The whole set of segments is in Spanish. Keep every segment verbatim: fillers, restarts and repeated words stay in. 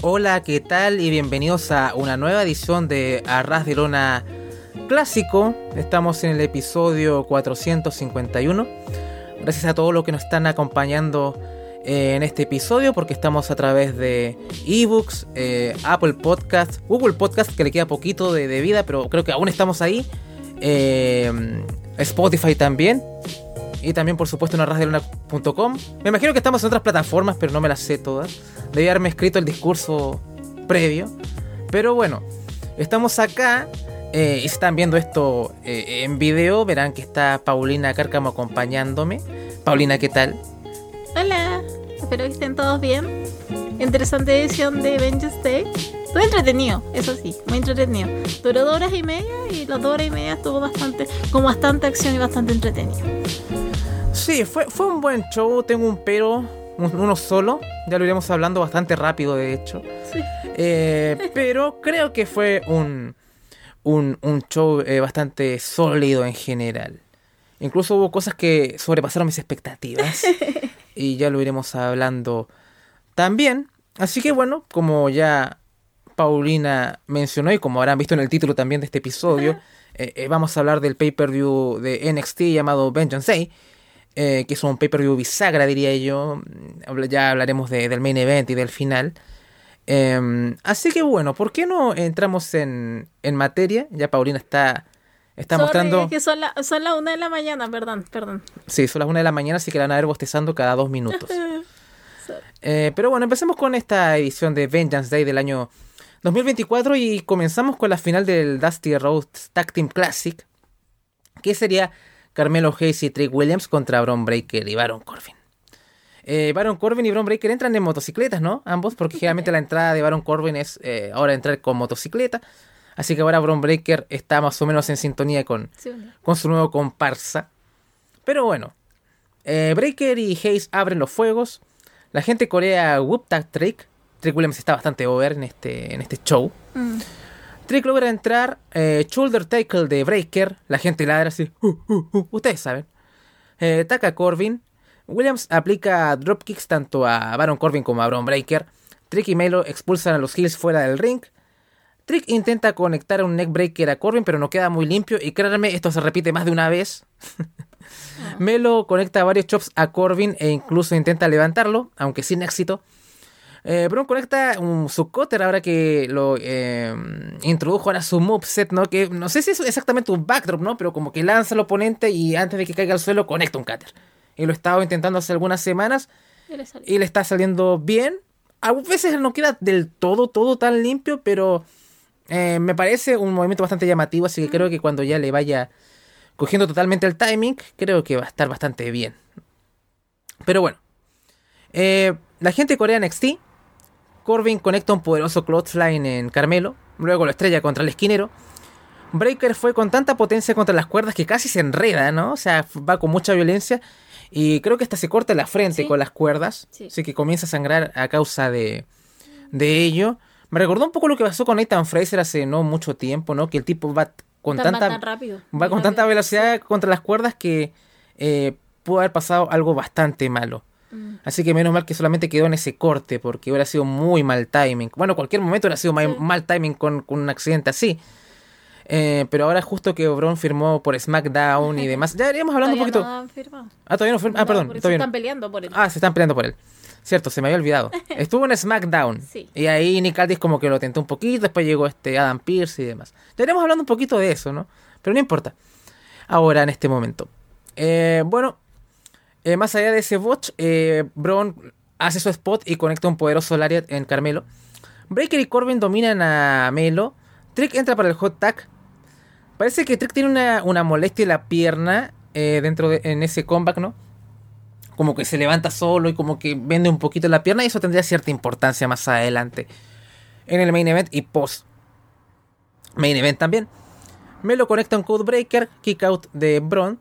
Hola, ¿qué tal? Y bienvenidos a una nueva edición de Arras de Lona Clásico. Estamos en el episodio cuatrocientos cincuenta y uno. Gracias a todos los que nos están acompañando eh, en este episodio, porque estamos a través de ebooks, eh, Apple Podcast, Google Podcast, que le queda poquito de, de vida, pero creo que aún estamos ahí. Eh, Spotify también. Y también, por supuesto, en arras de lona punto com. Me imagino que estamos en otras plataformas, pero no me las sé todas. Debí haberme escrito el discurso previo. Pero bueno, estamos acá. Eh, y si están viendo esto eh, en video, verán que está Paulina Cárcamo acompañándome. Paulina, ¿qué tal? Hola, espero que estén todos bien. Interesante edición de Vengeance Day. Estuvo entretenido, eso sí, muy entretenido. Duró dos horas y media y las dos horas y media estuvo bastante, con bastante acción y bastante entretenido. Sí, fue, fue un buen show. Tengo un pero, un, uno solo. Ya lo iremos hablando bastante rápido, de hecho. Sí. Eh, pero creo que fue un, un, un show eh, bastante sólido en general. Incluso hubo cosas que sobrepasaron mis expectativas. Y ya lo iremos hablando también. Así que bueno, como ya Paulina mencionó y como habrán visto en el título también de este episodio, eh, eh, vamos a hablar del pay-per-view de N X T llamado Vengeance Day. Eh, que es un pay-per-view bisagra, diría yo. Ya hablaremos de, del main event y del final. Eh, así que bueno, ¿por qué no entramos en, en materia? Ya Paulina está, está Sorry, mostrando... Es que son, la, son las una de la mañana, perdón, perdón. Sí, son las una de la mañana, así que la van a ver bostezando cada dos minutos. eh, pero bueno, empecemos con esta edición de Vengeance Day del año dos mil veinticuatro y comenzamos con la final del Dusty Rhodes Tag Team Classic, que sería Carmelo Hayes y Trick Williams contra Bron Breakker y Baron Corbin. Eh, Baron Corbin y Bron Breakker entran en motocicletas, ¿no? Ambos, porque generalmente la entrada de Baron Corbin es eh, ahora entrar con motocicleta. Así que ahora Bron Breakker está más o menos en sintonía con, Sí. con su nuevo comparsa. Pero bueno, eh, Breakker y Hayes abren los fuegos. La gente corea Whoop Tag Trick. Trick Williams está bastante over en este, en este show. Mm. Trick logra entrar, eh, shoulder tackle de Breakker, la gente ladra así, uh, uh, uh, ustedes saben. Eh, ataca a Corbin, Williams aplica dropkicks tanto a Baron Corbin como a Bron Breakker. Trick y Melo expulsan a los heels fuera del ring. Trick intenta conectar un neckbreaker a Corbin, pero no queda muy limpio y créanme, esto se repite más de una vez. oh. Melo conecta varios chops a Corbin e incluso intenta levantarlo, aunque sin éxito. Eh, Bron conecta un subcutter ahora que lo eh, introdujo ahora su moveset, ¿no? Que no sé si es exactamente un backdrop, ¿no? Pero como que lanza al oponente y antes de que caiga al suelo conecta un cutter. Y lo he estado intentando hace algunas semanas Y le salió. y le está saliendo bien. A veces no queda del todo, todo tan limpio, pero eh, me parece un movimiento bastante llamativo, así que creo que cuando ya le vaya cogiendo totalmente el timing, creo que va a estar bastante bien. Pero bueno, eh, la gente de Corea N X T, Corbin conecta un poderoso clothesline en Carmelo, luego lo estrella contra el esquinero. Breakker fue con tanta potencia contra las cuerdas que casi se enreda, ¿no? O sea, va con mucha violencia y creo que hasta se corta la frente Sí. con las cuerdas, Sí. así que comienza a sangrar a causa de, de ello. Me recordó un poco lo que pasó con Nathan Fraser hace no mucho tiempo, ¿no? Que el tipo va con Tan- tanta tan rápido. va muy con rápido. tanta velocidad contra las cuerdas que eh, pudo haber pasado algo bastante malo. Mm. Así que menos mal que solamente quedó en ese corte, porque hubiera sido muy mal timing. Bueno, cualquier momento hubiera sido Sí. mal, mal timing con, con un accidente así. Eh, pero ahora justo que Bron firmó por SmackDown y demás. Ya iríamos hablando Todavía un poquito. no han firmado. Ah, todavía no firmó. Ah, No, perdón. por eso todavía no. están peleando por él. Ah, se están peleando por él. Cierto, se me había olvidado. Estuvo en SmackDown. Sí. Y ahí Nick Aldis como que lo tentó un poquito. Después llegó este Adam Pearce y demás. Ya iremos hablando un poquito de eso, ¿no? Pero no importa. Ahora, en este momento. Eh, bueno, eh, más allá de ese botch, eh, Bron hace su spot y conecta un poderoso lariat en Carmelo. Breakker y Corbin dominan a Melo. Trick entra para el hot tag. Parece que Trick tiene una, una molestia en la pierna eh, dentro de en ese comeback, ¿no? Como que se levanta solo y como que vende un poquito la pierna y eso tendría cierta importancia más adelante en el main event y post main event también. Melo conecta un code breaker, kick out de Bron.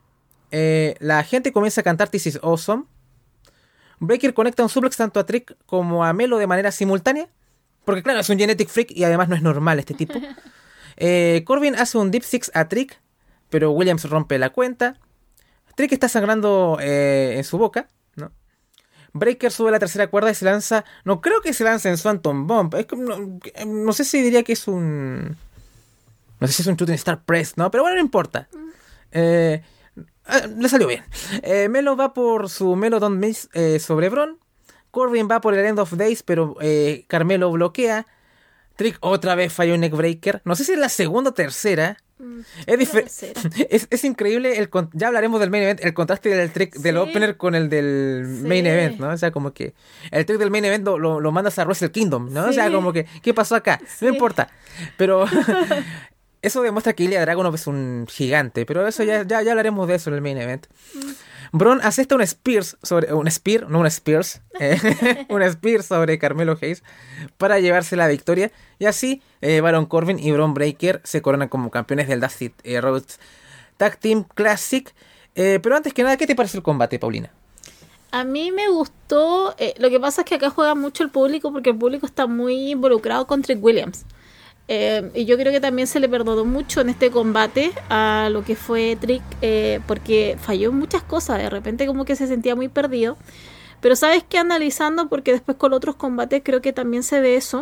Eh, la gente comienza a cantar This is Awesome. Breaker conecta un suplex tanto a Trick como a Melo de manera simultánea. Porque claro, es un genetic freak y además no es normal este tipo. Eh, Corbin hace un Deep Six a Trick, pero Williams rompe la cuenta. Trick está sangrando eh, en su boca, ¿no? Breaker sube a la tercera cuerda y se lanza... No creo que se lance en Swanton Bomb. Es como, no, no sé si diría que es un... No sé si es un Shooting Star Press, ¿no? Pero bueno, no importa. Eh, le salió bien. Eh, Melo va por su Melo Don't Miss eh, sobre Bron. Corbin va por el End of Days, pero eh, Carmelo bloquea. Trick otra vez falló un Neckbreaker. No sé si es la segunda o tercera. Mm, Es, difer- tercera. es, es increíble, el con- ya hablaremos del main event, el contraste del trick del Sí. opener con el del Sí. main event, ¿no? O sea, como que el trick del main event lo, lo, lo mandas a Wrestle Kingdom, ¿no? O sea, Sí. como que, ¿qué pasó acá? Sí. No importa. Pero eso demuestra que Ilya Dragunov es un gigante, pero eso ya, ya, ya hablaremos de eso en el main event. Braun asesta un Spears sobre un Spear, no un Spears, eh, un Spear sobre Carmelo Hayes para llevarse la victoria y así eh, Baron Corbin y Bron Breakker se coronan como campeones del Dusty eh, Rhodes Tag Team Classic. Eh, pero antes que nada, ¿qué te parece el combate, Paulina? A mí me gustó, eh, lo que pasa es que acá juega mucho el público porque el público está muy involucrado con Trick Williams. Eh, y yo creo que también se le perdonó mucho en este combate a lo que fue Trick, eh, porque falló en muchas cosas, de repente como que se sentía muy perdido. Pero sabes que analizando, porque después con otros combates creo que también se ve eso,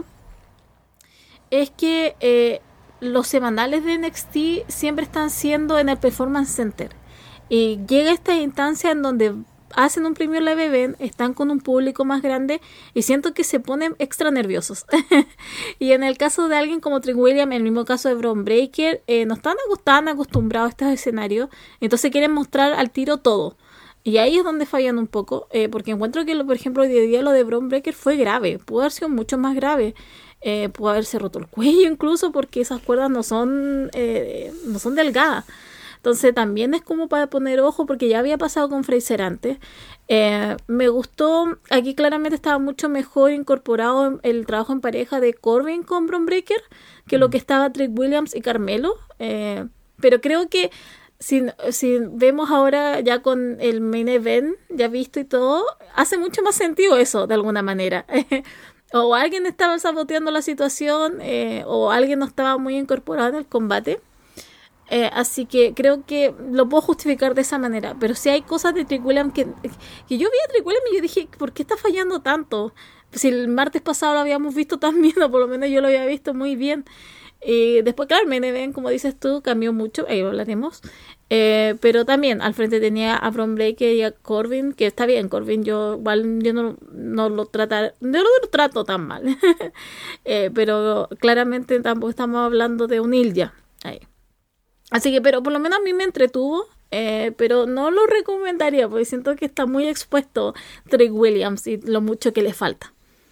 es que eh, los semanales de N X T siempre están siendo en el Performance Center. Y llega esta instancia en donde hacen un Premier Live Event, están con un público más grande y siento que se ponen extra nerviosos. Y en el caso de alguien como Trick Williams, en el mismo caso de Bron Breakker, eh, no están, están acostumbrados a estos escenarios, entonces quieren mostrar al tiro todo. Y ahí es donde fallan un poco, eh, porque encuentro que, lo, por ejemplo, hoy día lo de Bron Breakker fue grave, pudo haber sido mucho más grave. Eh, pudo haberse roto el cuello incluso porque esas cuerdas no son, eh, no son delgadas. Entonces también es como para poner ojo porque ya había pasado con Fraser antes. Eh, me gustó, aquí claramente estaba mucho mejor incorporado el trabajo en pareja de Corbin con Bron Breakker que mm. lo que estaba Trick Williams y Carmelo. Eh, pero creo que si, si vemos ahora ya con el main event ya visto y todo, hace mucho más sentido eso de alguna manera. O alguien estaba saboteando la situación eh, o alguien no estaba muy incorporado en el combate. Eh, así que creo que lo puedo justificar de esa manera. Pero si hay cosas de Trick Williams que, que yo vi a Trick Williams y yo dije, ¿por qué está fallando tanto? Si el martes pasado lo habíamos visto tan bien, o por lo menos yo lo había visto muy bien. Y después, claro, el main event, como dices tú, cambió mucho, ahí lo hablaremos. Eh, pero también al frente tenía a Bron Breakker y a Corbin, que está bien, Corbin yo igual yo no, no lo tratar, yo no lo trato tan mal. eh, pero claramente tampoco estamos hablando de un Ilya ahí. Así que, pero por lo menos a mí me entretuvo, eh, pero no lo recomendaría porque siento que está muy expuesto Trick Williams y lo mucho que le falta.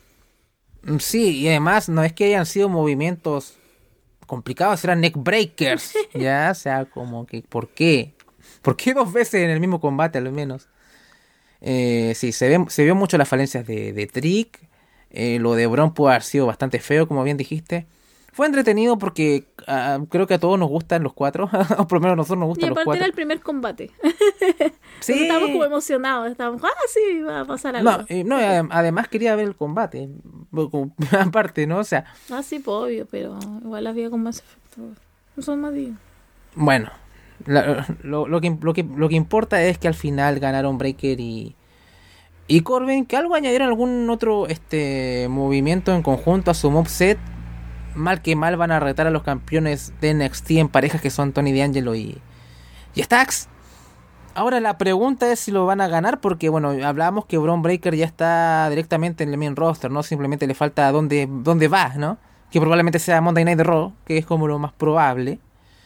Sí, y además no es que hayan sido movimientos complicados, eran neck breakers, ya, o sea, como que, ¿por qué? ¿Por qué dos veces en el mismo combate al menos? Eh, sí, se ve, se vio mucho las falencias de, de Trick, eh, lo de Bron pudo haber sido bastante feo, como bien dijiste. Fue entretenido porque uh, creo que a todos nos gustan los cuatro, o por lo menos a nosotros nos gustan los cuatro. Y aparte era el primer combate. Sí. Estábamos como emocionados, estábamos, ah, sí, va a pasar algo. No, eh, no adem- además quería ver el combate, aparte, ¿no? O sea... Ah, sí, pues obvio, pero igual había como más efectos. No son más días. Bueno, la, lo, lo, que, lo, que, lo que importa es que al final ganaron Breakker y... Y Corbin, que algo añadieron algún otro este movimiento en conjunto a su moveset. Mal que mal van a retar a los campeones de N X T en parejas que son Tony D'Angelo y, y Stax. Ahora la pregunta es si lo van a ganar porque, bueno, hablábamos que Bron Breakker ya está directamente en el main roster, ¿no? Simplemente le falta dónde, dónde va, ¿no? Que probablemente sea Monday Night Raw, que es como lo más probable,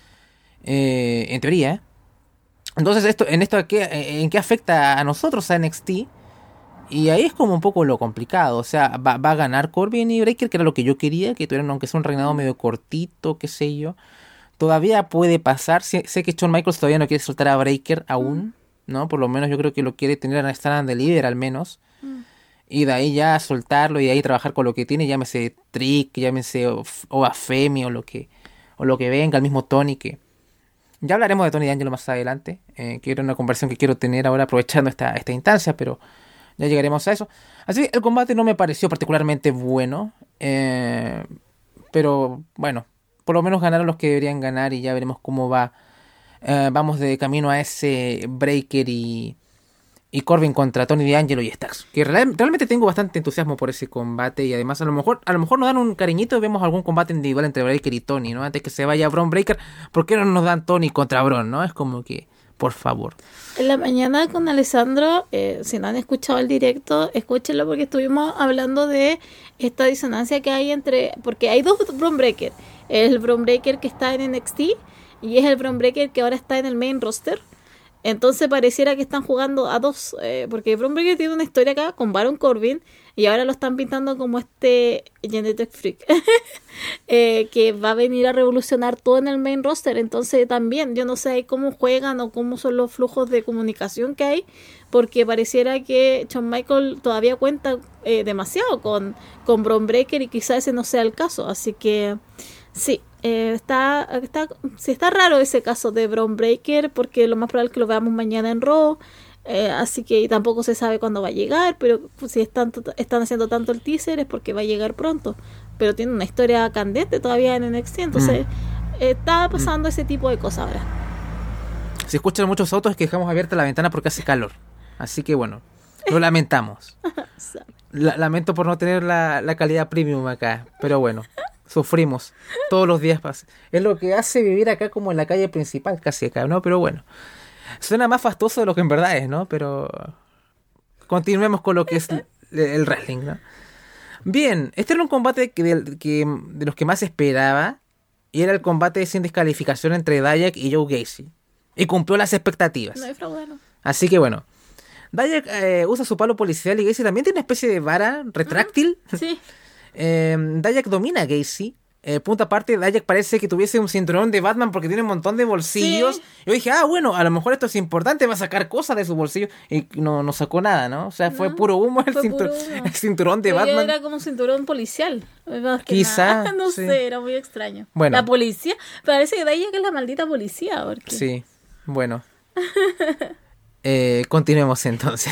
eh, en teoría. Entonces, esto, ¿en esto qué, en qué afecta a nosotros, a N X T? Y ahí es como un poco lo complicado. O sea, va, va a ganar Corbin y Breakker, que era lo que yo quería, que tuvieran, aunque sea un reinado medio cortito, qué sé yo. Todavía puede pasar. Sé, sé que Shawn Michaels todavía no quiere soltar a Breakker aún, ¿no? Por lo menos yo creo que lo quiere tener a estar de líder al menos. Mm. Y de ahí ya soltarlo y de ahí trabajar con lo que tiene, llámese Trick, llámese o, o a Femi o lo que o lo que venga, el mismo Tony, que ya hablaremos de Tony D'Angelo más adelante, eh, que era una conversación que quiero tener ahora aprovechando esta, esta instancia, pero ya llegaremos a eso. Así que el combate no me pareció particularmente bueno, eh, pero bueno, por lo menos ganaron los que deberían ganar y ya veremos cómo va. Eh, vamos de camino a ese Breakker y, y Corbin contra Tony D'Angelo y Stacks. Que real, realmente tengo bastante entusiasmo por ese combate y además a lo mejor a lo mejor nos dan un cariñito y vemos algún combate individual entre Breakker y Tony, ¿no? Antes que se vaya Bron Breakker, ¿por qué no nos dan Tony contra Bron, no? Es como que, por favor. En la mañana con Alessandro, eh, si no han escuchado el directo, escúchenlo porque estuvimos hablando de esta disonancia que hay entre... Porque hay dos Bron Breakker. El Bron Breakker que está en N X T y es el Bron Breakker que ahora está en el main roster. Entonces pareciera que están jugando a dos, eh, porque Bron Breakker tiene una historia acá con Baron Corbin y ahora lo están pintando como este Genetic Freak eh, que va a venir a revolucionar todo en el main roster. Entonces también yo no sé cómo juegan o cómo son los flujos de comunicación que hay, porque pareciera que Shawn Michael todavía cuenta eh, demasiado con, con Bron Breakker y quizás ese no sea el caso, así que sí. Eh, está, está, sí está raro ese caso de Bron Breakker, porque lo más probable es que lo veamos mañana en Raw, eh, así que tampoco se sabe cuándo va a llegar, pero si están, están haciendo tanto el teaser es porque va a llegar pronto, pero tiene una historia candente todavía en N X T, entonces mm. eh, está pasando mm. ese tipo de cosas ahora. Si escuchan muchos autos es que dejamos abierta la ventana porque hace calor, así que bueno, lo lamentamos. la, lamento por no tener la, la calidad premium acá, pero bueno. Sufrimos todos los días. Es lo que hace vivir acá como en la calle principal, casi acá, ¿no? Pero bueno, suena más fastuoso de lo que en verdad es, ¿no? Pero continuemos con lo que es el wrestling, ¿no? Bien, este era un combate que de, que de los que más esperaba y era el combate sin descalificación entre Dijak y Joe Gacy. Y cumplió las expectativas. No hay problema. Así que bueno, Dijak eh, usa su palo policial y Gacy también tiene una especie de vara retráctil. Uh-huh. Sí. Eh, Dijak domina a Gacy. Eh, punto aparte, Dijak parece que tuviese un cinturón de Batman porque tiene un montón de bolsillos. Sí. Yo dije, ah, bueno, a lo mejor esto es importante, va a sacar cosas de su bolsillo. Y no, no sacó nada, ¿no? O sea, fue no, puro humo el, cintur- puro humo. el cinturón de Pero Batman. Era como un cinturón policial. Quizá. No sí. sé, era muy extraño. Bueno. La policía, parece que Dijak es la maldita policía. Porque... Sí, bueno. eh, continuemos entonces.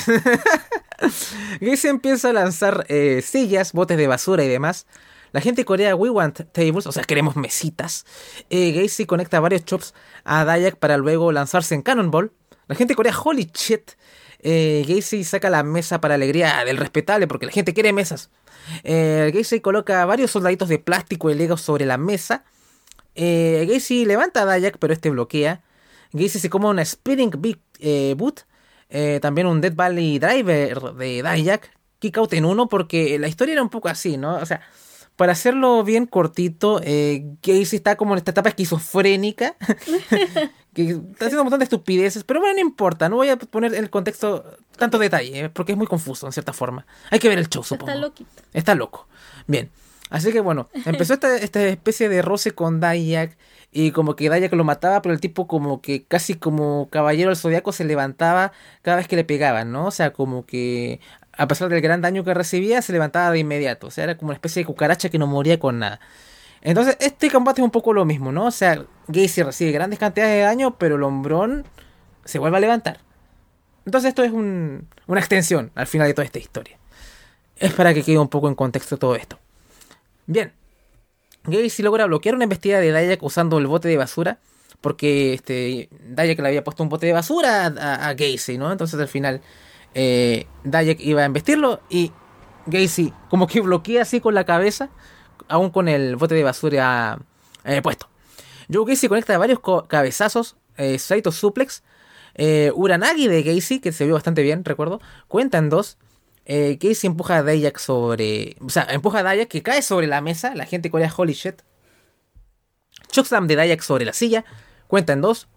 Gacy empieza a lanzar eh, sillas, botes de basura y demás. La gente corea "We want tables", o sea, queremos mesitas. Eh, Gacy conecta varios chops a Dijak para luego lanzarse en Cannonball. La gente corea "Holy shit". Eh, Gacy saca la mesa para alegría del respetable porque la gente quiere mesas. Eh, Gacy coloca varios soldaditos de plástico y legos sobre la mesa. Eh, Gacy levanta a Dijak, pero este bloquea. Gacy se come una Spinning Big eh, Boot. Eh, también un Death Valley Driver de Dijak. Kick out en uno porque la historia era un poco así, ¿no? O sea, para hacerlo bien cortito, eh, Gacy está como en esta etapa esquizofrénica. Que está haciendo un montón de estupideces. Pero bueno, no importa. No voy a poner en el contexto tanto detalle, ¿eh? Porque es muy confuso en cierta forma. Hay que ver el show, supongo. Está loquito. Está loco. Bien. Así que bueno, empezó esta, esta especie de roce con Dijak. Y como que Dijak lo mataba, pero el tipo como que casi como caballero del zodiaco se levantaba cada vez que le pegaban, ¿no? O sea, como que a pesar del gran daño que recibía, se levantaba de inmediato. O sea, era como una especie de cucaracha que no moría con nada. Entonces, este combate es un poco lo mismo, ¿no? O sea, Gacy recibe grandes cantidades de daño, pero el hombrón se vuelve a levantar. Entonces esto es un, una extensión al final de toda esta historia. Es para que quede un poco en contexto todo esto. Bien. Gacy logra bloquear una embestida de Dijak usando el bote de basura. Porque este Dijak le había puesto un bote de basura a, a, a Gacy, ¿no? Entonces al final eh, Dijak iba a embestirlo y Gacy como que bloquea así con la cabeza, aún con el bote de basura eh, puesto. Joe Gacy conecta varios co- cabezazos, eh, Saito Suplex, eh, Uranagi de Gacy, que se vio bastante bien, recuerdo, cuenta en dos. Eh, Gacy empuja a Dijak sobre... O sea, empuja a Dijak que cae sobre la mesa. La gente corea "Holy shit". Chokeslam de Dijak sobre la silla. Cuenta en dos.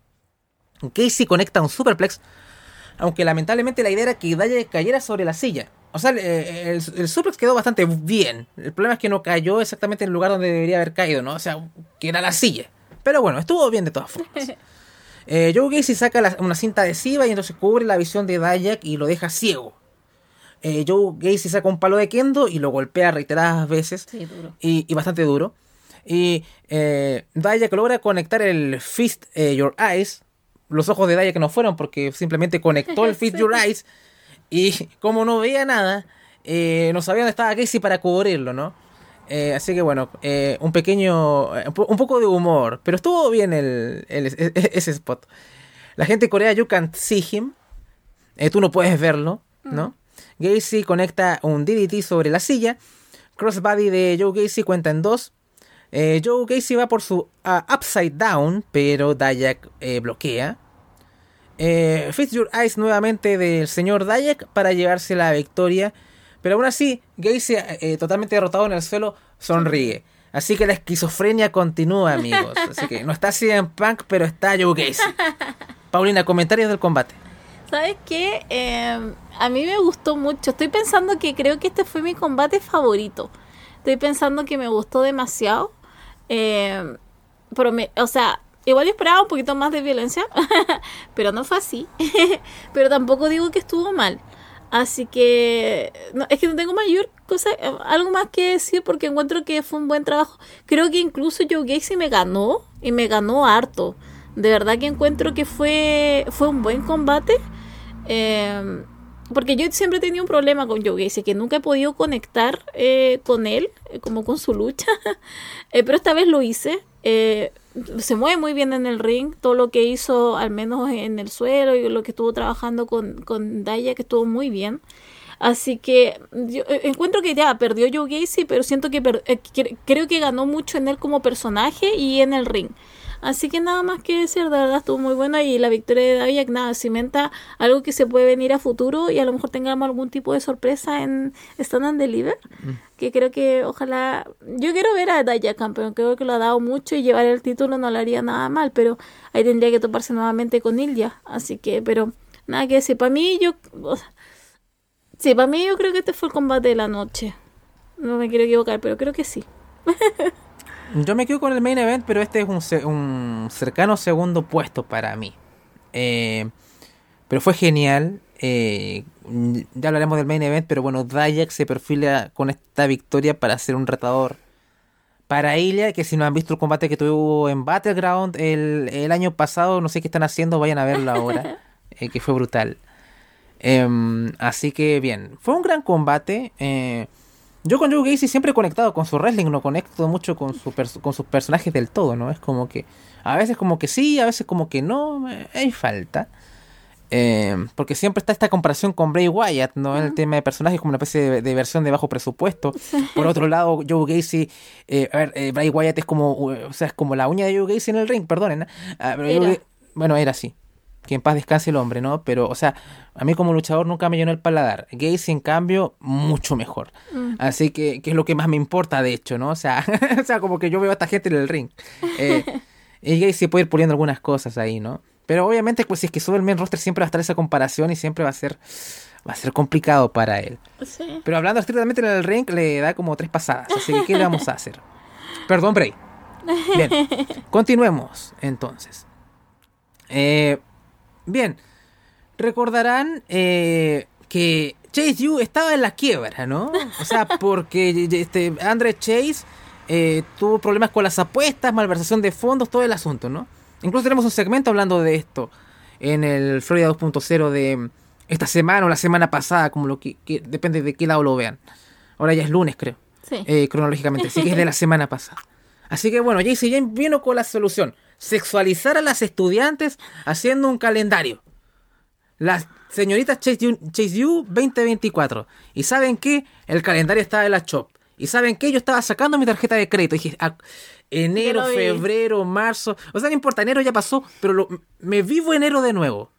Gacy conecta un superplex. Aunque lamentablemente la idea era que Dijak cayera sobre la silla. O sea, el, el, el suplex quedó bastante bien. El problema es que no cayó exactamente en el lugar donde debería haber caído, ¿no? O sea, que era la silla. Pero bueno, estuvo bien de todas formas. Eh, Joe Gacy saca la, una cinta adhesiva y entonces cubre la visión de Dijak y lo deja ciego. Eh, Joe Gacy saca un palo de kendo y lo golpea reiteradas veces. Sí, duro. Y, y bastante duro. Y eh, Dijak logra conectar el Fist eh, Your Eyes. Los ojos de Dijak no fueron porque simplemente conectó el Fist sí. Your Eyes. Y como no veía nada, eh, no sabía dónde estaba Gacy para cubrirlo, ¿no? Eh, así que bueno, eh, un pequeño, un poco de humor. Pero estuvo bien el, el, ese spot. La gente corea "You Can't See Him". Eh, tú no puedes verlo, ¿no? Mm. Gacy conecta un D D T sobre la silla. Crossbody de Joe Gacy cuenta en dos. Eh, Joe Gacy va por su uh, Upside Down, pero Dayak eh, bloquea. Eh, Fix Your Eyes nuevamente del señor Dayak para llevarse la victoria. Pero aún así, Gacy, eh, totalmente derrotado en el suelo, sonríe. Así que la esquizofrenia continúa, amigos. Así que no está C M Punk, pero está Joe Gacy. Paulina, comentarios del combate. ¿Sabes qué? Eh, a mí me gustó mucho. Estoy pensando que creo que este fue mi combate favorito. Estoy pensando que me gustó demasiado. Eh, pero me, o sea, igual yo esperaba un poquito más de violencia, pero no fue así. Pero tampoco digo que estuvo mal. Así que no, es que no tengo mayor cosa, algo más que decir porque encuentro que fue un buen trabajo. Creo que incluso Joe Gacy me ganó y me ganó harto. De verdad que encuentro que fue, fue un buen combate. Eh, porque yo siempre he tenido un problema con Joe Gacy, que nunca he podido conectar eh, con él, eh, como con su lucha. eh, pero esta vez lo hice. Eh, se mueve muy bien en el ring. Todo lo que hizo, al menos en el suelo, y lo que estuvo trabajando con, con Daya, que estuvo muy bien. Así que yo encuentro que ya perdió Joe Gacy, pero siento que, per- eh, que creo que ganó mucho en él como personaje y en el ring. Así que nada más que decir, de verdad estuvo muy buena. Y la victoria de Dayak, nada, cimenta algo que se puede venir a futuro y a lo mejor tengamos algún tipo de sorpresa en Stand and Deliver, mm. que creo que ojalá, yo quiero ver a Dayak campeón, creo que lo ha dado mucho y llevar el título no le haría nada mal, pero ahí tendría que toparse nuevamente con Ilya, así que, pero nada que decir, para mí yo, o sea, sí, para mí yo creo que este fue el combate de la noche, no me quiero equivocar, pero creo que sí. Yo me quedo con el main event, pero este es un, ce- un cercano segundo puesto para mí. Eh, pero fue genial. Eh, ya hablaremos del main event, pero bueno, Dayak se perfila con esta victoria para ser un retador para Ilya, que si no han visto el combate que tuvo en Battleground el, el año pasado, no sé qué están haciendo, vayan a verlo ahora, eh, que fue brutal. Eh, así que bien, fue un gran combate. Eh, Yo con Joe Gacy siempre he conectado con su wrestling, no conecto mucho con, su pers- con sus personajes del todo, ¿no? Es como que a veces como que sí, a veces como que no, eh, hay falta. Eh, porque siempre está esta comparación con Bray Wyatt, ¿no? Uh-huh. El tema de personajes como una especie de, de versión de bajo presupuesto. Sí. Por otro lado, Joe Gacy, eh, a ver, eh, Bray Wyatt es como, o sea, es como la uña de Joe Gacy en el ring, perdonen, ¿eh? Uh, pero era. Joe, bueno, era así. Que en paz descanse el hombre, ¿no? Pero, o sea, a mí como luchador nunca me llenó el paladar. Gacy, en cambio, mucho mejor. Mm. Así que, que es lo que más me importa, de hecho, ¿no? O sea, o sea como que yo veo a esta gente en el ring. Eh, y Gacy puede ir puliendo algunas cosas ahí, ¿no? Pero obviamente, pues si es que sube el main roster, siempre va a estar esa comparación y siempre va a ser va a ser complicado para él. Sí. Pero hablando estrictamente en el ring, le da como tres pasadas. Así que, ¿qué le vamos a hacer? Perdón, Bray. Bien, continuemos, entonces. Eh... Bien, recordarán eh, que Chase Yu estaba en la quiebra, ¿no? O sea, porque este Andre Chase eh, tuvo problemas con las apuestas, malversación de fondos, todo el asunto, ¿no? Incluso tenemos un segmento hablando de esto en el Florida dos punto cero de esta semana o la semana pasada, como lo que, que depende de qué lado lo vean. Ahora ya es lunes, creo, sí. eh, cronológicamente, así que es de la semana pasada. Así que bueno, Jacy Jayne vino con la solución. Sexualizar a las estudiantes haciendo un calendario. Las señoritas Chase Yu, Chase Yu veinte veinticuatro. ¿Y saben qué? El calendario estaba en la shop. ¿Y saben qué? Yo estaba sacando mi tarjeta de crédito. Y dije, ah, enero, febrero, marzo. O sea, no importa, enero ya pasó, pero lo, me vivo enero de nuevo.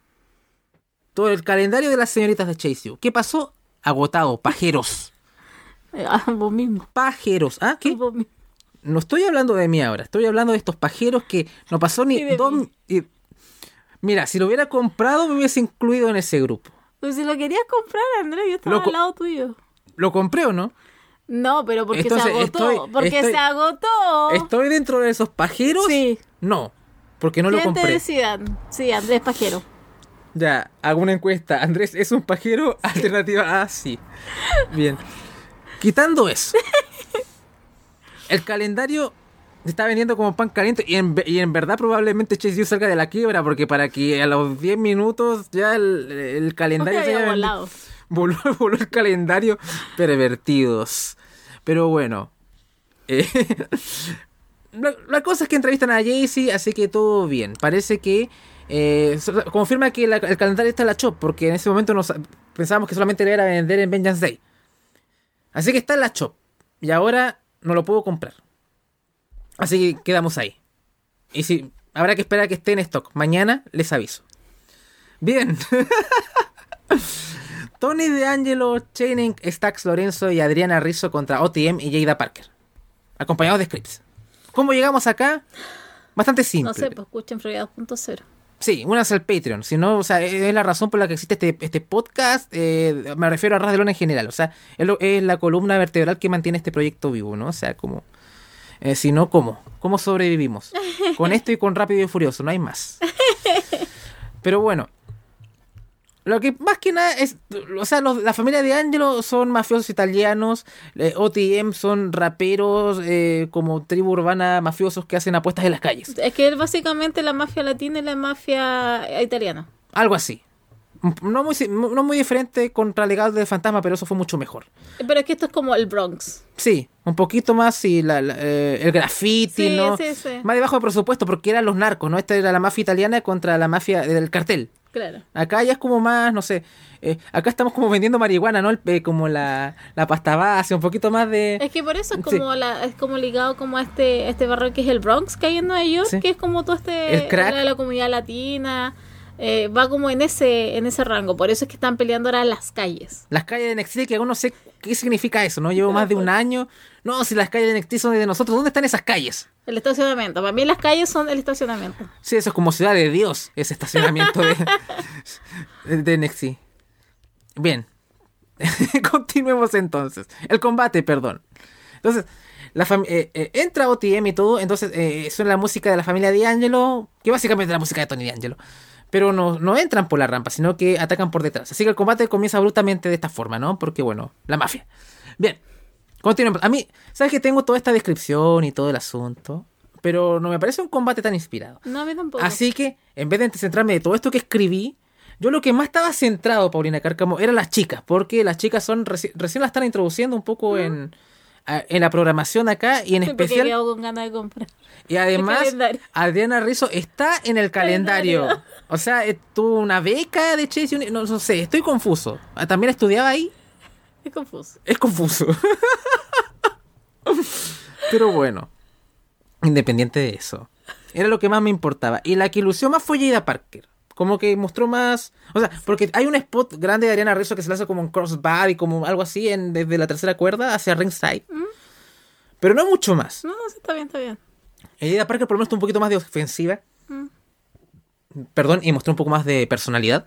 Todo el calendario de las señoritas de Chase Yu. ¿Qué pasó? Agotado, pajeros. Ah, vos mismo. Pajeros. ¿Ah? ¿Qué? Vos mismo. No estoy hablando de mí ahora, estoy hablando de estos pajeros que no pasó ni dos... Y, mira, si lo hubiera comprado me hubiese incluido en ese grupo. Pues si lo querías comprar, Andrés, yo estaba lo, al lado tuyo. ¿Lo compré o no? No, pero porque Entonces, se agotó. Estoy, porque estoy, se agotó. ¿Estoy dentro de esos pajeros? Sí. No, porque no lo compré. Te decían? Sí, Andrés pajero. Ya, hago una encuesta. ¿Andrés es un pajero? Sí. Alternativa A, sí. Bien. Quitando eso. El calendario se está vendiendo como pan caliente y en, y en verdad probablemente Chase Yu salga de la quiebra porque para que a los diez minutos ya el, el calendario se haya volado. Voló, voló el calendario. Pervertidos. Pero bueno. Eh, la, la cosa es que entrevistan a Jay-Z, así que todo bien. Parece que eh, so- confirma que la- el calendario está en la Chop, porque en ese momento nos, pensábamos que solamente le era vender en Vengeance Day. Así que está en la Chop. Y ahora no lo puedo comprar. Así que quedamos ahí. Y si habrá que esperar a que esté en stock. Mañana les aviso. Bien. Tony D'Angelo, Channing, Stax Lorenzo y Adriana Rizzo contra O T M y Jada Parker, acompañados de Scripps. ¿Cómo llegamos acá? Bastante simple. No sé, pues escuchen Freya dos punto cero. Sí, únanse al Patreon. Si no, o sea, es es la razón por la que existe este, este podcast. Eh, me refiero a Ras de Lona en general. O sea, es, lo- es la columna vertebral que mantiene este proyecto vivo, ¿no? O sea, como... eh, si no, ¿cómo? ¿Cómo sobrevivimos? Con esto y con Rápido y Furioso, no hay más. Pero bueno. Lo que más que nada es... O sea, los- la familia de Angelo son mafiosos italianos. eh, O T M son raperos eh, como tribu urbana mafiosos que hacen apuestas en las calles. Es que es básicamente la mafia latina y la mafia italiana. Algo así. No muy, si- no muy diferente contra Legado del Fantasma, pero eso fue mucho mejor. Pero es que esto es como el Bronx. Sí, un poquito más, sí, la- la- eh, el graffiti, Sí, ¿no? sí, sí. Más debajo de presupuesto, porque eran los narcos, ¿no? Esta era la mafia italiana contra la mafia del cartel. Claro. Acá ya es como más, no sé, eh, acá estamos como vendiendo marihuana, ¿no? El, eh, como la, la pasta base, un poquito más de... Es que por eso es Sí. como la, es como ligado como a este, este barrio que es el Bronx que hay en Nueva York, Sí. que es como todo este El crack. la, la comunidad latina, eh, va como en ese, en ese rango. Por eso es que están peleando ahora en las calles. Las calles de N X T, que aún no sé qué significa eso, ¿no? Llevo más de un año. No, si las calles de N X T son de nosotros, ¿dónde están esas calles? El estacionamiento. Para mí las calles son el estacionamiento. Sí, eso es como Ciudad de Dios, ese estacionamiento de, de, de N X T. Bien. Continuemos entonces. El combate, perdón. Entonces, la fam- eh, eh, entra O T M y todo, entonces eh, suena la música de la familia D'Angelo, que básicamente es la música de Tony D'Angelo. Pero no, no entran por la rampa, sino que atacan por detrás. Así que el combate comienza brutamente de esta forma, ¿no? Porque, bueno, la mafia. Bien, continuemos. A mí, ¿sabes que tengo toda esta descripción y todo el asunto? Pero no me parece un combate tan inspirado. No, a mí tampoco. Así que, en vez de centrarme de todo esto que escribí, yo lo que más estaba centrado, Paulina Cárcamo, eran las chicas, porque las chicas son reci- recién las están introduciendo un poco en, a- en la programación acá y en Sí, porque he especial. quedado con ganas de comprar. Y además, calendario. Adriana Rizzo está en el calendario. Calendario. O sea, eh, tuvo una beca de Chase Uni- no, no sé, estoy confuso. Ah, ¿también estudiaba ahí? Es confuso. Es confuso. Pero bueno, independiente de eso, era lo que más me importaba. Y la que lució más fue Jada Parker. Como que mostró más... O sea, porque hay un spot grande de Adriana Rizzo que se le hace como un crossbar y como algo así en, desde la tercera cuerda hacia ringside. Pero no mucho más. No, no, sí, está bien, está bien. Y Jada Parker por lo menos tuvo un poquito más de ofensiva. Mm. Perdón, y mostró un poco más de personalidad.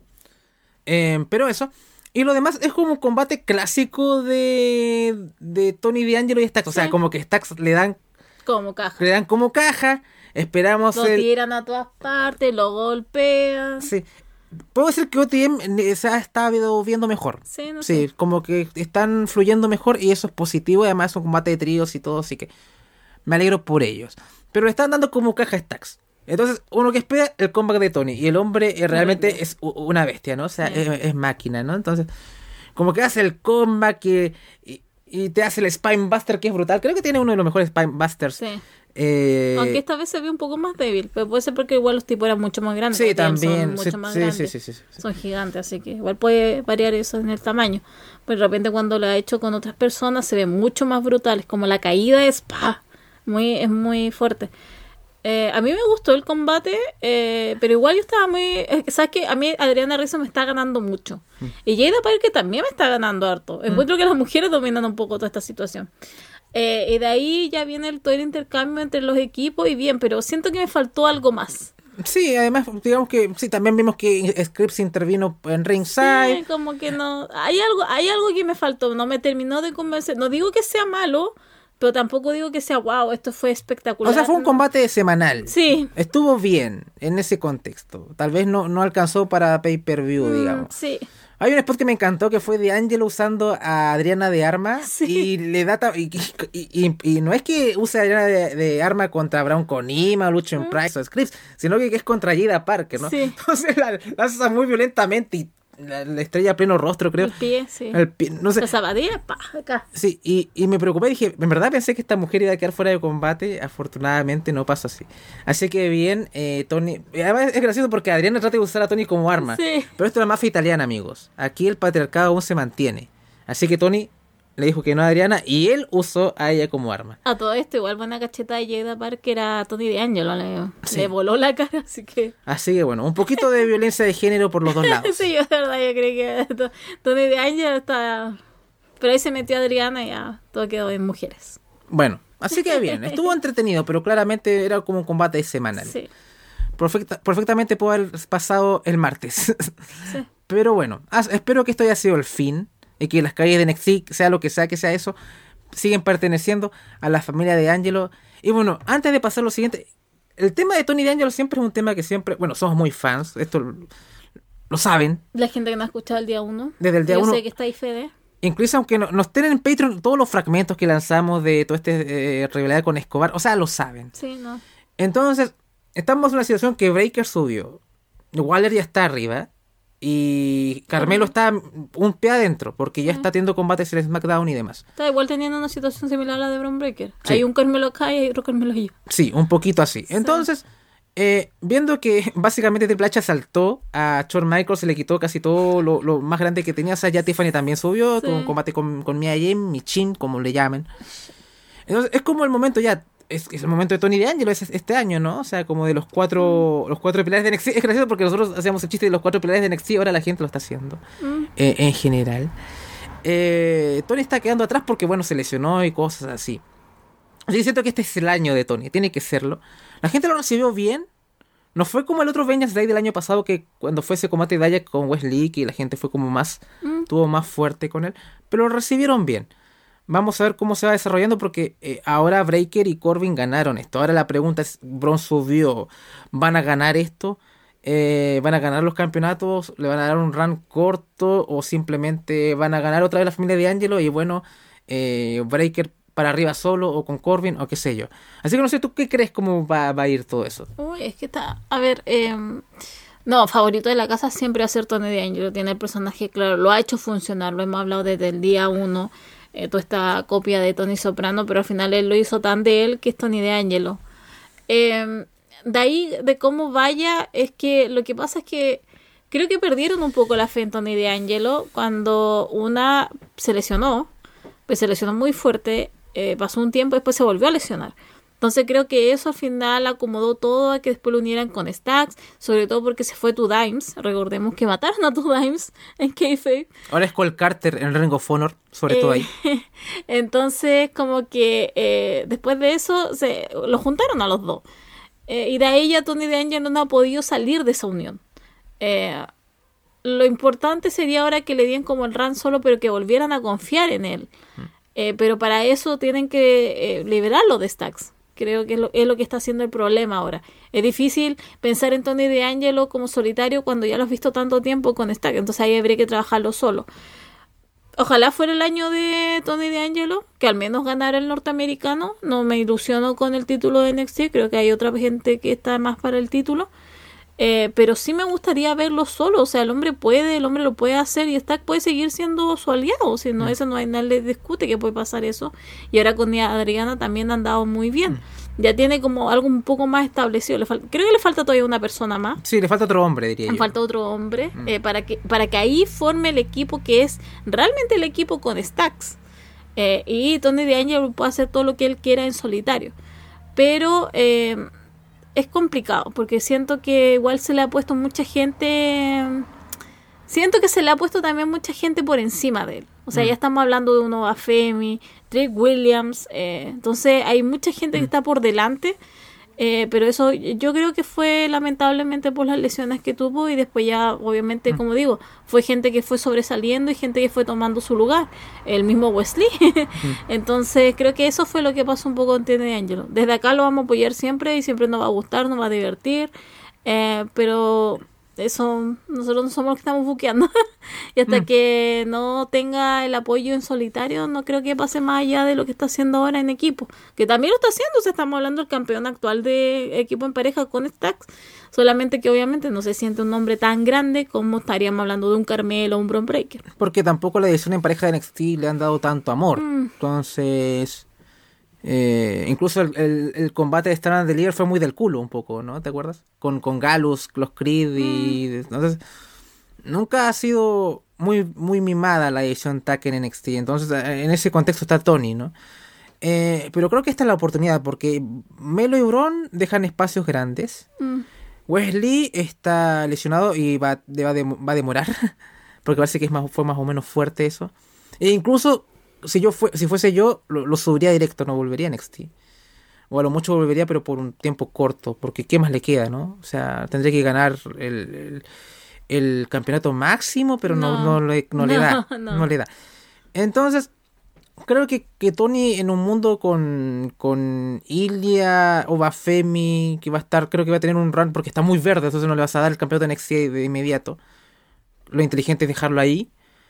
Eh, pero eso. Y lo demás es como un combate clásico de, de Tony D'Angelo y Stax. O sea, Sí. como que Stax le dan, Como caja. le dan como caja. Esperamos Lo el... tiran a todas partes, lo golpean. Sí. Puedo decir que O T M eh, se ha estado viendo mejor. Sí, no Sí, sé. como que están fluyendo mejor y eso es positivo. Y además es un combate de tríos y todo, así que me alegro por ellos. Pero le están dando como caja Stax. Entonces, uno que espera el comeback de Tony. Y el hombre eh, realmente bestia. es u- una bestia, ¿no? O sea, Sí. es, es máquina, ¿no? Entonces, como que hace el comeback y, y, y te hace el Spinebuster, que es brutal. Creo que tiene uno de los mejores Spinebusters. Sí. Eh, Aunque esta vez se ve un poco más débil, pero puede ser porque igual los tipos eran mucho más grandes. sí, porque también. Son Sí, mucho más sí, grandes. sí, sí, sí, sí. Son gigantes, así que igual puede variar eso en el tamaño. Pero de repente cuando lo ha hecho con otras personas se ve mucho más brutal. Es como la caída es ¡pah! Muy, es muy fuerte. Eh, a mí me gustó el combate, eh, pero igual yo estaba muy... eh, ¿Sabes qué? A mí Adriana Rizzo me está ganando mucho. Mm. Y Jada Parker también me está ganando harto. Encuentro que las mujeres dominan un poco toda esta situación. Eh, y de ahí ya viene el, todo el intercambio entre los equipos y bien, pero siento que me faltó algo más. Sí, además, digamos que sí, también vimos que Scripps intervino en ringside. Sí, como que no... Hay algo, hay algo que me faltó, no me terminó de convencer. No digo que sea malo, pero tampoco digo que sea wow, esto fue espectacular. O sea, fue un combate semanal. Sí. Estuvo bien en ese contexto. Tal vez no, no alcanzó para pay-per-view, Mm, digamos. sí. Hay un spot que me encantó que fue de Angelo usando a Adriana de arma. Sí. Y le da. ta- Y, y, y- y no es que use a Adriana de, de arma contra Brown Conima, Luchen Price o Scripps, sino que, que es contra Jada Parker, ¿no? Sí. Entonces la, la hace muy violentamente y la, la estrella a pleno rostro, creo. El pie, sí. El pie, no sé. La zapatilla, pa, acá. Sí, y, y me preocupé, dije, en verdad pensé que esta mujer iba a quedar fuera de combate, afortunadamente no pasó así. Así que bien, eh, Tony, además es gracioso porque Adriana trata de usar a Tony como arma, Sí. pero esto es la mafia italiana, amigos. Aquí el patriarcado aún se mantiene, así que Tony le dijo que no a Adriana y él usó a ella como arma. A todo esto, igual buena cacheta de Jada Parker a Tony D'Angelo. Le, Sí. le voló la cara, así que... Así que bueno, un poquito de violencia de género por los dos lados. Sí, yo de verdad, yo creo que to- Tony D'Angelo está... Pero ahí se metió Adriana y ya todo quedó en mujeres. Bueno, así que bien, estuvo entretenido, pero claramente era como un combate semanal. Sí. Perfecta- perfectamente pudo haber pasado el martes. Sí. Pero bueno, as- espero que esto haya sido el fin y que las calles de N X T, sea lo que sea que sea eso, siguen perteneciendo a la familia de Angelo. Y bueno, antes de pasar lo siguiente, el tema de Tony D'Angelo siempre es un tema que siempre, bueno, somos muy fans, esto lo, lo saben, La gente que no ha escuchado el día uno. desde el día yo uno. sé que está ahí Fede. Incluso aunque no, nos tienen en Patreon todos los fragmentos que lanzamos de todo este eh, rivalidad con Escobar, o sea, lo saben. Sí, no. Entonces, estamos en una situación que Breaker subió, Waller ya está arriba y Carmelo está un pie adentro porque ya está teniendo combates en SmackDown y demás. Está igual teniendo una situación similar a la de Bron Breakker. Sí. Hay un Carmelo acá y hay otro Carmelo allá. Sí, un poquito así. Sí. Entonces, eh, viendo que básicamente Triple H asaltó a Shawn Michaels, se le quitó casi todo lo, lo más grande que tenía. O sea, ya Tiffany también subió, Sí. tuvo un combate con, con Mia Yim, Michin, como le llamen. Entonces, es como el momento ya, es, es el momento de Tony D'Angelo es este año, ¿no? O sea, como de los cuatro, los cuatro pilares de N X T. Es gracioso porque nosotros hacíamos el chiste de los cuatro pilares de N X T, ahora la gente lo está haciendo, Mm. eh, en general. Eh, Tony está quedando atrás porque, bueno, se lesionó y cosas así. Así que siento que este es el año de Tony, tiene que serlo. La gente lo recibió bien. No fue como el otro Vengeance Day del año pasado, que cuando fue ese combate de Daya con Wesley, que la gente fue como más, Mm. tuvo más fuerte con él. Pero lo recibieron bien. Vamos a ver cómo se va desarrollando porque eh, ahora Breaker y Corbin ganaron esto. Ahora la pregunta es, Braun subió, ¿van a ganar esto? Eh, ¿Van a ganar los campeonatos? ¿Le van a dar un run corto? ¿O simplemente van a ganar otra vez la familia de Angelo? Y bueno, eh, Breaker para arriba solo o con Corbin o qué sé yo. Así que no sé, ¿tú qué crees cómo va, va a ir todo eso? Uy, es que está... A ver, eh... no, favorito de la casa siempre va a ser Tony D'Angelo. Tiene el personaje claro, lo ha hecho funcionar, lo hemos hablado desde el día uno. Eh, toda esta copia de Tony Soprano, pero al final él lo hizo tan de él que es Tony D'Angelo. Eh, de ahí, de cómo vaya, es que lo que pasa es que creo que perdieron un poco la fe en Tony D'Angelo cuando una se lesionó, pues se lesionó muy fuerte, eh, pasó un tiempo, después se volvió a lesionar. Entonces creo que eso al final acomodó todo a que después lo unieran con Stacks, sobre todo porque se fue Two Dimes. Recordemos que mataron a Two Dimes en Kayfabe. Ahora es Cole Carter en el Ring of Honor, sobre Eh, todo ahí. Entonces como que eh, después de eso se lo juntaron a los dos. Eh, y de ahí ya Tony D'Angelo no ha podido salir de esa unión. Eh, lo importante sería ahora que le dieran como el run solo, pero que volvieran a confiar en él. Eh, pero para eso tienen que eh, liberarlo de Stacks. Creo que es lo, es lo que está haciendo el problema ahora. Es difícil pensar en Tony D'Angelo como solitario cuando ya lo has visto tanto tiempo con Stacks. Entonces ahí habría que trabajarlo solo. Ojalá fuera el año de Tony D'Angelo, que al menos ganara el norteamericano. No me ilusiono con el título de N X T. Creo que hay otra gente que está más para el título. Eh, pero sí me gustaría verlo solo. O sea, el hombre puede, el hombre lo puede hacer y Stack puede seguir siendo su aliado. Si no, Mm. eso no hay nadie le discute que puede pasar eso. Y ahora con Adriana también han dado muy bien. Ya tiene como algo un poco más establecido. Le fal- Creo que le falta todavía una persona más. Sí, le falta otro hombre, diría Le yo. falta otro hombre Mm. eh, para que para que ahí forme el equipo que es realmente el equipo con Stacks. Eh, y Tony D'Angelo puede hacer todo lo que él quiera en solitario. Pero eh, es complicado porque siento que igual se le ha puesto mucha gente. Siento que se le ha puesto también mucha gente por encima de él. O sea, Mm. ya estamos hablando de uno Femi, Drake Williams. Eh, entonces hay mucha gente Mm. que está por delante. Eh, pero eso yo creo que fue lamentablemente por las lesiones que tuvo y después ya obviamente Mm. como digo fue gente que fue sobresaliendo y gente que fue tomando su lugar, el mismo Wesley. Entonces creo que eso fue lo que pasó un poco con Tony D'Angelo. Desde acá lo vamos a apoyar siempre y siempre nos va a gustar, nos va a divertir, eh, pero eso nosotros no somos los que estamos buqueando. Y hasta mm. que no tenga el apoyo en solitario, no creo que pase más allá de lo que está haciendo ahora en equipo. Que también lo está haciendo, o sea, estamos hablando del campeón actual de equipo en pareja con Stacks. Solamente que obviamente no se siente un nombre tan grande como estaríamos hablando de un Carmelo o un Bron Breakker. Porque tampoco la edición en pareja de N X T le han dado tanto amor. Mm. Entonces... Eh, incluso el, el, el combate de Stand and Deliver fue muy del culo un poco, ¿no? ¿Te acuerdas? Con, con Galus, los Creed y... Mm. Entonces, nunca ha sido muy, muy mimada la edición T A C en N X T. Entonces, en ese contexto está Tony, ¿no? Eh, pero creo que esta es la oportunidad porque Melo y Bron dejan espacios grandes. Mm. Wesley está lesionado y va, va, de, va a demorar porque parece que es más, fue más o menos fuerte eso. E incluso... Si yo fue, si fuese yo, lo, lo subiría directo, no volvería a N X T. O a lo mucho volvería, pero por un tiempo corto, porque ¿qué más le queda, no? O sea, tendría que ganar el, el, el campeonato máximo, pero no, no, no, le, no, no le da. No. no le da. Entonces, creo que, que Tony en un mundo con, con Ilya o Bafemi, que va a estar, creo que va a tener un run, porque está muy verde, entonces no le vas a dar el campeonato de N X T de inmediato. Lo inteligente es dejarlo ahí.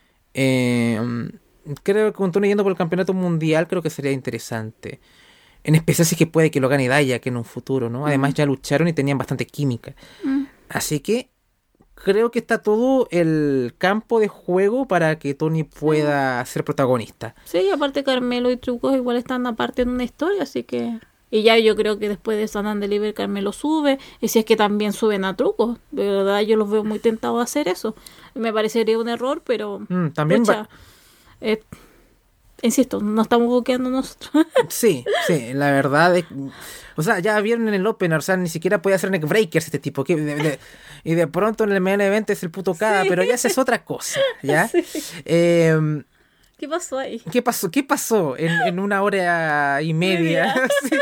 Eh... Creo que con Tony yendo por el campeonato mundial creo que sería interesante. En especial si es que puede que lo gane Daya, que en un futuro, ¿no? Además ya lucharon y tenían bastante química. Mm. Así que creo que está todo el campo de juego para que Tony pueda ser protagonista. Sí, y aparte Carmelo y Trucos igual están aparte en una historia, así que... Y ya yo creo que después de Stand and Deliver Carmelo sube, y si es que también suben a Trucos. De verdad yo los veo muy tentados a hacer eso. Me parecería un error, pero... Mm, también pucha, va... Eh, insisto, no estamos buqueando nosotros. Sí, sí, la verdad es, o sea, ya vieron en el opener, o sea, ni siquiera puede hacer neck breakers este tipo, que de, de, y de pronto en el main event es el puto Kada, sí. Pero ya esa es otra cosa, ¿ya? Sí. Eh, ¿Qué pasó ahí? ¿Qué pasó? ¿Qué pasó en, en una hora y media? Sí.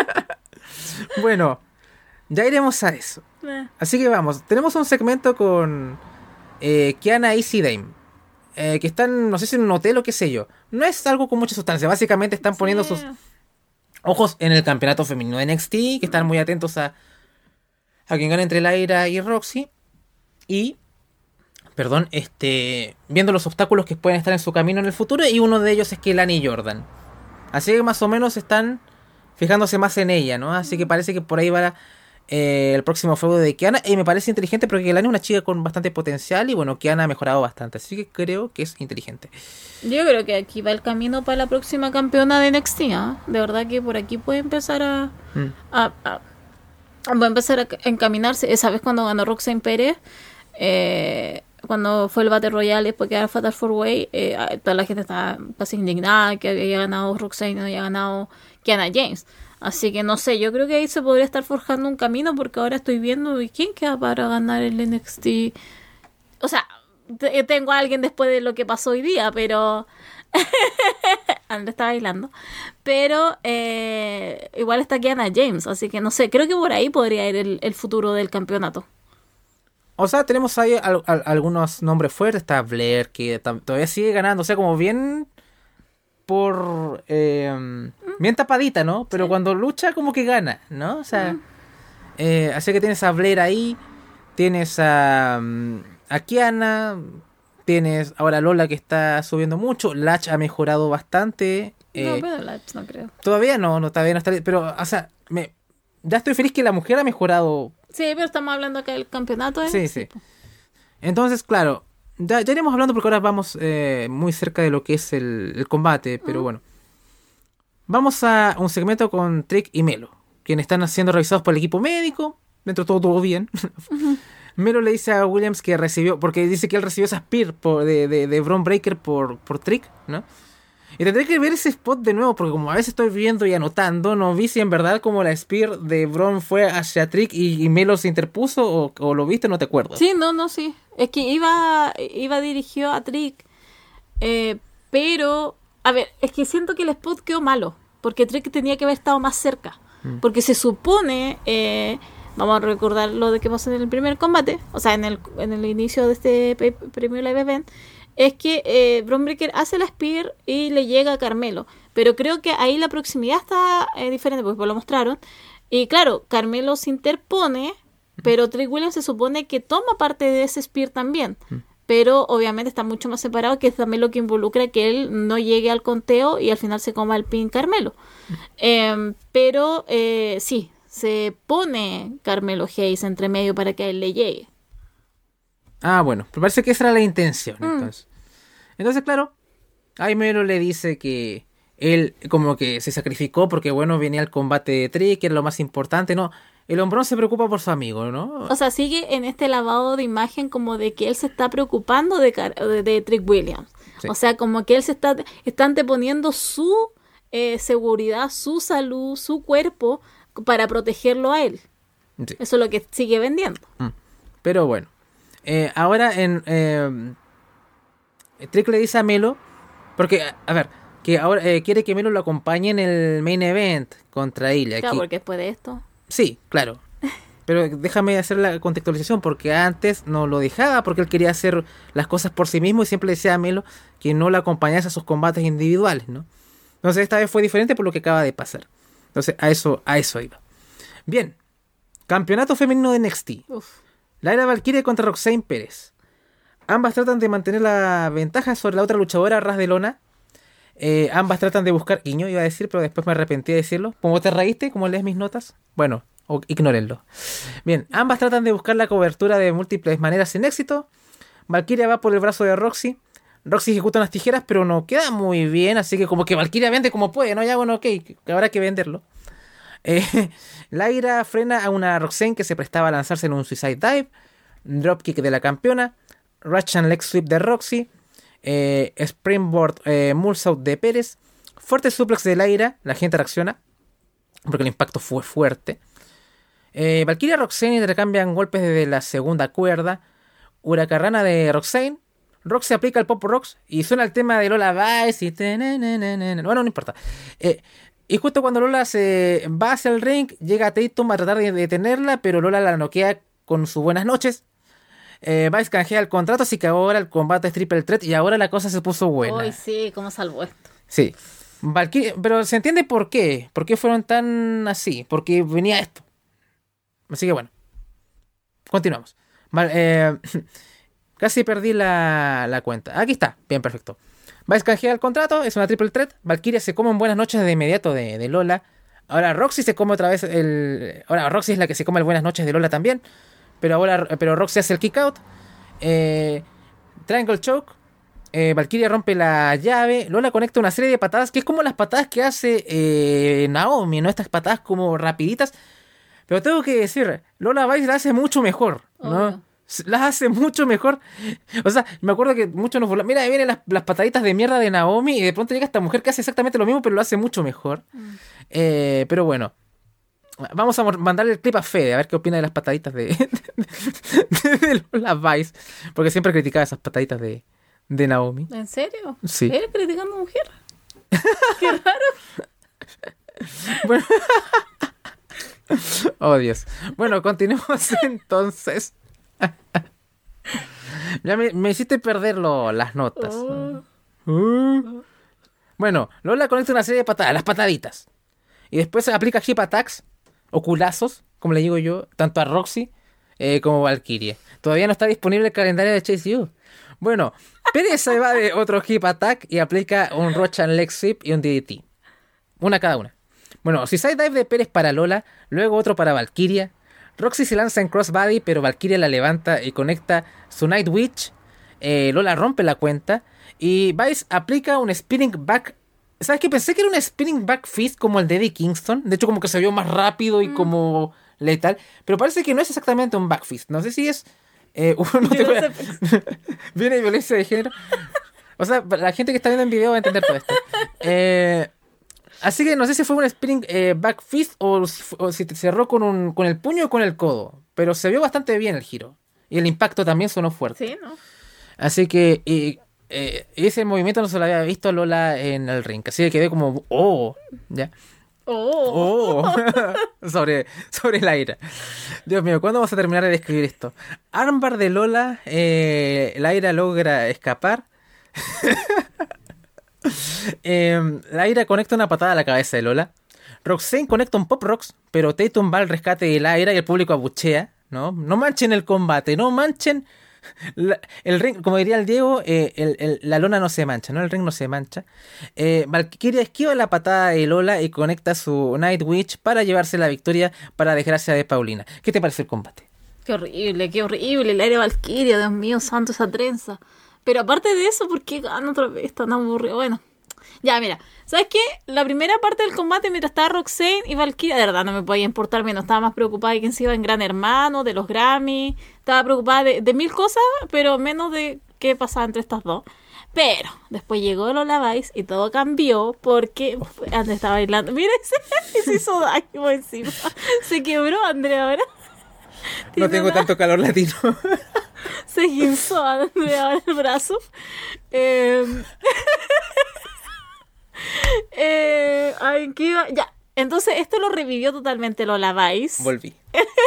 Bueno, ya iremos a eso. Así que vamos, tenemos un segmento con eh, Kiana, Izzy, Dame. Eh, que están, no sé si en un hotel o qué sé yo. No es algo con mucha sustancia. Básicamente están poniendo sí. sus ojos en el campeonato femenino de N X T. Que están muy atentos a, a quien gane entre Lyra y Roxy. Y, perdón, este viendo los obstáculos que pueden estar en su camino en el futuro. Y uno de ellos es Kelani Jordan. Así que más o menos están fijándose más en ella, ¿no? Así que parece que por ahí va... Eh, el próximo feudo de Kiana, y me parece inteligente porque Kelani es una chica con bastante potencial y bueno, Kiana ha mejorado bastante, así que creo que es inteligente. Yo creo que aquí va el camino para la próxima campeona de N X T, ¿eh? De verdad que por aquí puede empezar a, mm. a, a, a, a empezar a encaminarse. Esa vez cuando ganó Roxanne Pérez, eh, cuando fue el Battle Royale después que era Fatal four Way, eh, toda la gente estaba casi indignada que había ganado Roxanne y no había ganado Kiana James. Así que no sé, yo creo que ahí se podría estar forjando un camino porque ahora estoy viendo quién queda para ganar el N X T. O sea, t- tengo a alguien después de lo que pasó hoy día, pero... Andrés está bailando. Pero eh, igual está Kiana James, así que no sé, creo que por ahí podría ir el, el futuro del campeonato. O sea, tenemos ahí al, al, algunos nombres fuertes. Está Blair, que t- todavía sigue ganando, o sea, como bien... por eh, bien tapadita, ¿no? Pero sí. Cuando lucha como que gana, ¿no? O sea, mm. eh, así que tienes a Blair ahí, tienes a, a Kiana, tienes ahora a Lola que está subiendo mucho, Latch ha mejorado bastante. Eh, no, pero Latch no creo. Todavía no, no, todavía no está, pero, o sea, me, ya estoy feliz que la mujer ha mejorado. Sí, pero estamos hablando acá del campeonato, ¿eh? Sí, sí. Entonces, claro, Ya, ya iremos hablando porque ahora vamos eh, muy cerca de lo que es el, el combate, pero uh-huh. bueno. Vamos a un segmento con Trick y Melo, quienes están siendo revisados por el equipo médico. Dentro de todo, todo bien. Uh-huh. Melo le dice a Williams que recibió, porque dice que él recibió esa spear por, de, de, de Bron Breakker por, por Trick, ¿no? Y tendré que ver ese spot de nuevo, porque como a veces estoy viendo y anotando, no vi si en verdad como la spear de Bron fue hacia Trick y, y Melo se interpuso, o, o lo viste, no te acuerdas. Sí, no, no, sí. Es que iba, iba dirigido a Trick, eh, pero, a ver, es que siento que el spot quedó malo, porque Trick tenía que haber estado más cerca, mm. porque se supone, eh, vamos a recordar lo de que pasó en el primer combate, o sea, en el, en el inicio de este pe- premio Live Event, es que eh, Bron Breakker hace la spear y le llega a Carmelo, pero creo que ahí la proximidad está eh, diferente, porque lo mostraron, y claro, Carmelo se interpone, pero Trick Williams se supone que toma parte de ese Spear también. Mm. Pero obviamente está mucho más separado, que es también lo que involucra que él no llegue al conteo y al final se coma el pin Carmelo. Mm. Eh, pero eh, sí, se pone Carmelo Hayes entre medio para que a él le llegue. Ah, bueno, pero parece que esa era la intención, mm. entonces. Entonces, claro, ahí Melo le dice que él como que se sacrificó porque, bueno, venía el combate de Trick, que era lo más importante, ¿no? El hombrón se preocupa por su amigo, ¿no? O sea, sigue en este lavado de imagen como de que él se está preocupando de, de, de Trick Williams. Sí. O sea, como que él se está, está anteponiendo su eh, seguridad, su salud, su cuerpo para protegerlo a él. Sí. Eso es lo que sigue vendiendo. Mm. Pero bueno, eh, ahora en eh, Trick le dice a Melo, porque, a ver, que ahora eh, quiere que Melo lo acompañe en el main event contra Ilya. Claro, Aquí, porque después de esto... Sí, claro. Pero déjame hacer la contextualización, porque antes no lo dejaba, porque él quería hacer las cosas por sí mismo y siempre le decía a Melo que no lo acompañase a sus combates individuales, ¿no? Entonces esta vez fue diferente por lo que acaba de pasar. Entonces a eso, a eso iba. Bien, campeonato femenino de N X T. Uf. Lyra Valkyria contra Roxanne Pérez. Ambas tratan de mantener la ventaja sobre la otra luchadora, ras de lona. Eh, ambas tratan de buscar... Guiño iba a decir, pero después me arrepentí de decirlo. ¿Cómo te reíste? ¿Cómo lees mis notas? Bueno, o ignórenlo. Bien, ambas tratan de buscar la cobertura de múltiples maneras sin éxito. Valkyria va por el brazo de Roxy. Roxy ejecuta unas tijeras, pero no queda muy bien. Así que como que Valkyria vende como puede, ¿no? Ya bueno, ok, habrá que venderlo. Eh, Lyra frena a una Roxanne que se prestaba a lanzarse en un Suicide Dive. Dropkick de la campeona. Russian Leg Sweep de Roxy. Eh, Springboard eh, Moonsault de Pérez. Fuerte suplex de Lyra. La gente reacciona porque el impacto fue fuerte. eh, Valkyria y Roxanne intercambian golpes desde la segunda cuerda. Huracarrana de Roxanne. Roxy aplica el Pop Rocks y suena el tema de Lola Vice y... Bueno, no importa. Eh, y justo cuando Lola se va hacia el ring, llega Tatum a tratar de detenerla, pero Lola la noquea con sus buenas noches. Eh, Vice canjea el contrato, así que ahora el combate es triple threat y ahora la cosa se puso buena. Uy, sí, cómo salvó esto. Sí. Valkyria, pero se entiende por qué. ¿Por qué fueron tan así? Porque venía esto. Así que bueno. Continuamos. Vale, eh, casi perdí la, la cuenta. Aquí está. Bien, perfecto. Vice canjea el contrato, es una triple threat. Valkyria se come en buenas noches de inmediato de, de Lola. Ahora Roxy se come otra vez el... Ahora Roxy es la que se come el buenas noches de Lola también. Pero ahora pero Roxy hace el kick out. Eh, triangle choke. Eh, Valkyria rompe la llave. Lola conecta una serie de patadas que es como las patadas que hace eh, Naomi, ¿no? Estas patadas como rapiditas. Pero tengo que decir, Lola Vice las hace mucho mejor, ¿no? Oh. Las hace mucho mejor. O sea, me acuerdo que muchos nos burlamos. Mira, ahí vienen las, las pataditas de mierda de Naomi y de pronto llega esta mujer que hace exactamente lo mismo, pero lo hace mucho mejor. Mm. Eh, pero bueno. Vamos a mandarle el clip a Fede, a ver qué opina de las pataditas de, de, de, de Lola Vice. Porque siempre criticaba esas pataditas de, de Naomi. ¿En serio? Sí. ¿Eres criticando a mujer? Qué raro. Bueno. Oh, Dios. Bueno, continuemos entonces. Ya me, me hiciste perder lo, las notas. Oh. Uh. Bueno, Lola conecta una serie de patadas, las pataditas. Y después aplica hip attacks, o culazos, como le digo yo, tanto a Roxy eh, como a Valkyrie. Todavía no está disponible el calendario de Chase U. Bueno, Pérez se va de otro hip attack y aplica un Russian Leg Sweep y un D D T. Una cada una. Bueno, Suicide Dive de Pérez para Lola, luego otro para Valkyria. Roxy se lanza en crossbody, pero Valkyria la levanta y conecta su Night Witch. Eh, Lola rompe la cuenta y Vice aplica un spinning back. ¿Sabes qué? Pensé que era un spinning back fist como el de Eddie Kingston. De hecho, como que se vio más rápido y mm. como letal. Pero parece que no es exactamente un back fist. No sé si es... Eh, no te voy a... Viene violencia de género. O sea, la gente que está viendo en video va a entender todo esto. Eh... Así que no sé si fue un spinning eh, back fist o, o si te cerró con, un, con el puño o con el codo. Pero se vio bastante bien el giro. Y el impacto también sonó fuerte. Sí, ¿no? Así que y, eh, ese movimiento no se lo había visto Lola en el ring. Así que quedé como, oh, ya. Oh, oh. sobre, sobre la ira. Dios mío, ¿cuándo vamos a terminar de describir esto? Armbar de Lola, eh, la ira logra escapar. eh, Lyra conecta una patada a la cabeza de Lola. Roxanne conecta un Pop Rocks, pero Tatum va al rescate de Lyra y el público abuchea, ¿no? No manchen el combate, no manchen la- el ring, como diría el Diego, eh, el- el- la lona no se mancha, ¿no? El ring no se mancha. Eh, Valkyria esquiva la patada de Lola y conecta su Night Witch para llevarse la victoria para desgracia de Paulina. ¿Qué te parece el combate? Qué horrible, qué horrible. El aire Valkyria, Dios mío, santo, esa trenza. Pero aparte de eso, ¿por qué gana otra vez? Tan aburrido. Bueno, ya, mira. ¿Sabes qué? La primera parte del combate, mientras estaba Roxanne y Valkyria, de verdad no me podía importar menos. Estaba más preocupada de quién se iba en Gran Hermano, de los Grammy. Estaba preocupada de, de mil cosas, pero menos de qué pasaba entre estas dos. Pero después llegó Lola Vice y todo cambió porque Andrea estaba bailando. Mira, se, se hizo daño encima. Se quebró Andrea ahora. No Tiene tengo una- tanto calor latino. Se guinzó a Andrea ahora el brazo. Eh, eh, ay, ¿qué iba? Ya. Entonces, esto lo revivió totalmente Lola Vice. Volví.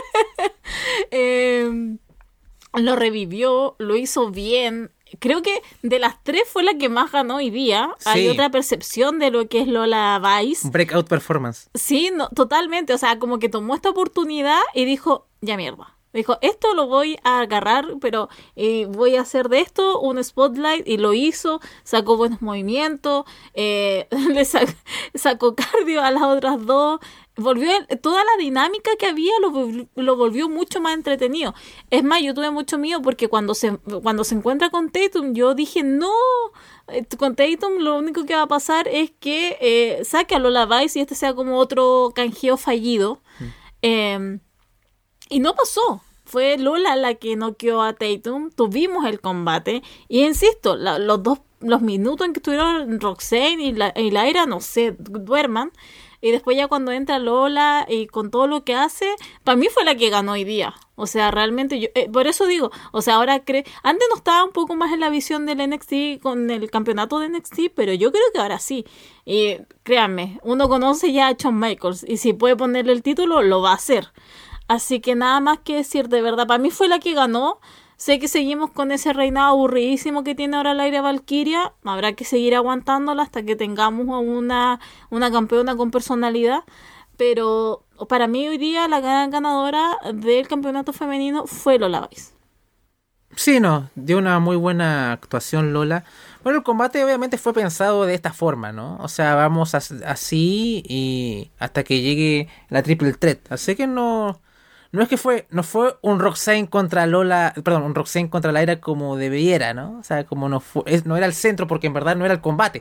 Eh, lo revivió, lo hizo bien. Creo que de las tres fue la que más ganó hoy día. Hay Sí. otra percepción de lo que es Lola Vice. Breakout performance. Sí, no, totalmente. O sea, como que tomó esta oportunidad y dijo, ya mierda. Dijo, esto lo voy a agarrar, pero eh, voy a hacer de esto un spotlight. Y lo hizo, sacó buenos movimientos, eh, le sac- sacó cardio a las otras dos. Volvió toda la dinámica que había, lo, vol- lo volvió mucho más entretenido. Es más, yo tuve mucho miedo porque cuando se, cuando se encuentra con Tatum, yo dije, no, eh, con Tatum lo único que va a pasar es que eh, saque a Lola Vice y este sea como otro canjeo fallido. Eh, y no pasó. Fue Lola la que noqueó a Tatum. Tuvimos el combate. Y insisto, la- los dos los minutos en que estuvieron Roxanne y, la, y Lyra, no sé, duerman. Y después ya cuando entra Lola y con todo lo que hace, para mí fue la que ganó hoy día. O sea, realmente yo, eh, por eso digo, o sea, ahora creo, antes no estaba un poco más en la visión del N X T con el campeonato de N X T, pero yo creo que ahora sí. Y créanme, uno conoce ya a Shawn Michaels y si puede ponerle el título, lo va a hacer. Así que nada más que decir, de verdad, para mí fue la que ganó. Sé que seguimos con ese reinado aburridísimo que tiene ahora Lyra Valkyria. Habrá que seguir aguantándola hasta que tengamos a una, una campeona con personalidad. Pero para mí hoy día la gran ganadora del campeonato femenino fue Lola Vice. Sí, no, dio una muy buena actuación Lola. Bueno, el combate obviamente fue pensado de esta forma, ¿no? O sea, vamos as- así y hasta que llegue la triple threat. Así que no, no es que fue, no fue un Roxanne contra Lola, perdón, un Roxanne contra Lyra como debiera, ¿no? O sea, como no fue, es- no era el centro porque en verdad no era el combate.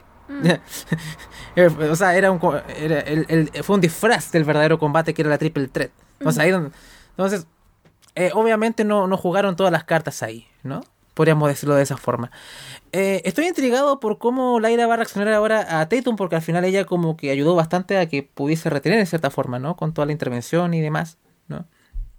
O sea, era un, co- era el, el- fue un disfraz del verdadero combate que era la triple threat. Entonces, ahí donde- entonces eh, obviamente no, no jugaron todas las cartas ahí, ¿no? Podríamos decirlo de esa forma. Eh, estoy intrigado por cómo Lyra va a reaccionar ahora a Tatum, porque al final ella como que ayudó bastante a que pudiese retener en cierta forma, ¿no? Con toda la intervención y demás, ¿no?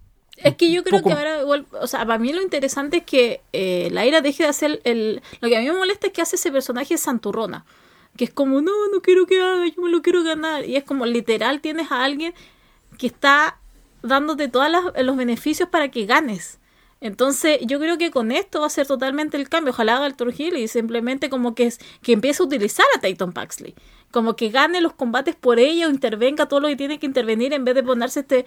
Es que yo creo Poco- que ahora igual, o sea, para mí lo interesante es que eh, Lyra deje de hacer el... Lo que a mí me molesta es que hace ese personaje santurrona, que es como, no, no quiero que haga, yo me lo quiero ganar. Y es como literal tienes a alguien que está dándote todos los beneficios para que ganes. Entonces yo creo que con esto va a ser totalmente el cambio. Ojalá haga el Tour Hill y simplemente como que, es, que empiece a utilizar a Tatum Paxley. Como que gane los combates por ella o intervenga todo lo que tiene que intervenir en vez de ponerse este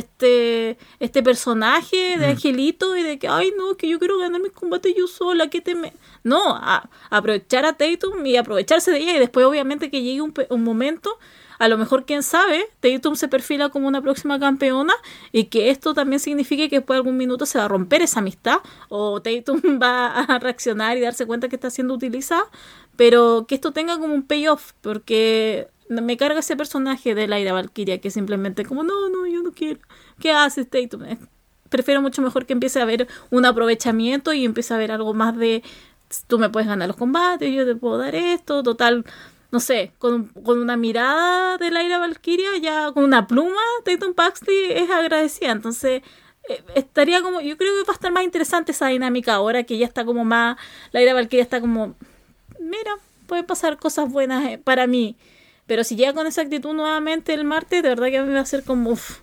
este este personaje de Mm. angelito y de que, ay no, que yo quiero ganar mis combates yo sola, que te me... No, a, aprovechar a Tatum y aprovecharse de ella y después obviamente que llegue un, pe- un momento, a lo mejor quién sabe, Tatum se perfila como una próxima campeona y que esto también signifique que después de algún minuto se va a romper esa amistad o Tatum va a reaccionar y darse cuenta que está siendo utilizada, pero que esto tenga como un payoff, porque me carga ese personaje de Lyra Valkyria que simplemente como, no, no, yo no quiero. ¿Qué haces, Tatum? Eh, Prefiero mucho mejor que empiece a haber un aprovechamiento y empiece a haber algo más de, tú me puedes ganar los combates, yo te puedo dar esto, total, no sé, con, con una mirada de Lyra Valkyria, ya con una pluma, Tatum Paxley es agradecida, entonces eh, estaría como, yo creo que va a estar más interesante esa dinámica ahora que ya está como más, Lyra Valkyria está como, mira, pueden pasar cosas buenas eh, para mí, pero si llega con esa actitud nuevamente el martes, de verdad que a mí me va a ser como, uff,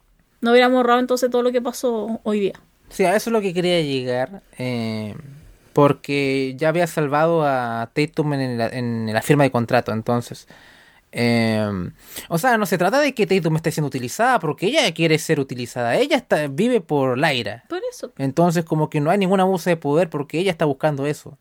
no hubiéramos ahorrado entonces todo lo que pasó hoy día. Sí, a eso es lo que quería llegar. eh, porque ya había salvado a Tatum en la, en la firma de contrato. Entonces, Eh, o sea, no se trata de que Tatum esté siendo utilizada porque ella quiere ser utilizada. Ella está, vive por Lyra. Por eso. Entonces, como que no hay ningún abuso de poder porque ella está buscando eso.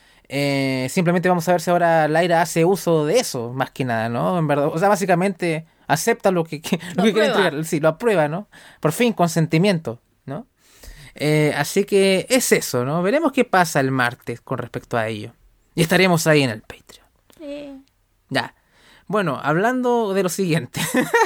Eh, simplemente vamos a ver si ahora Lyra hace uso de eso, más que nada, ¿no? En verdad, o sea, básicamente acepta lo que, que- lo Lo que quiere aprueba. entregar. Sí, lo aprueba, ¿no? Por fin, consentimiento, ¿no? Eh, así que es eso, ¿no? Veremos qué pasa el martes con respecto a ello. Y estaremos ahí en el Patreon. Eh, Ya. Bueno, hablando de lo siguiente.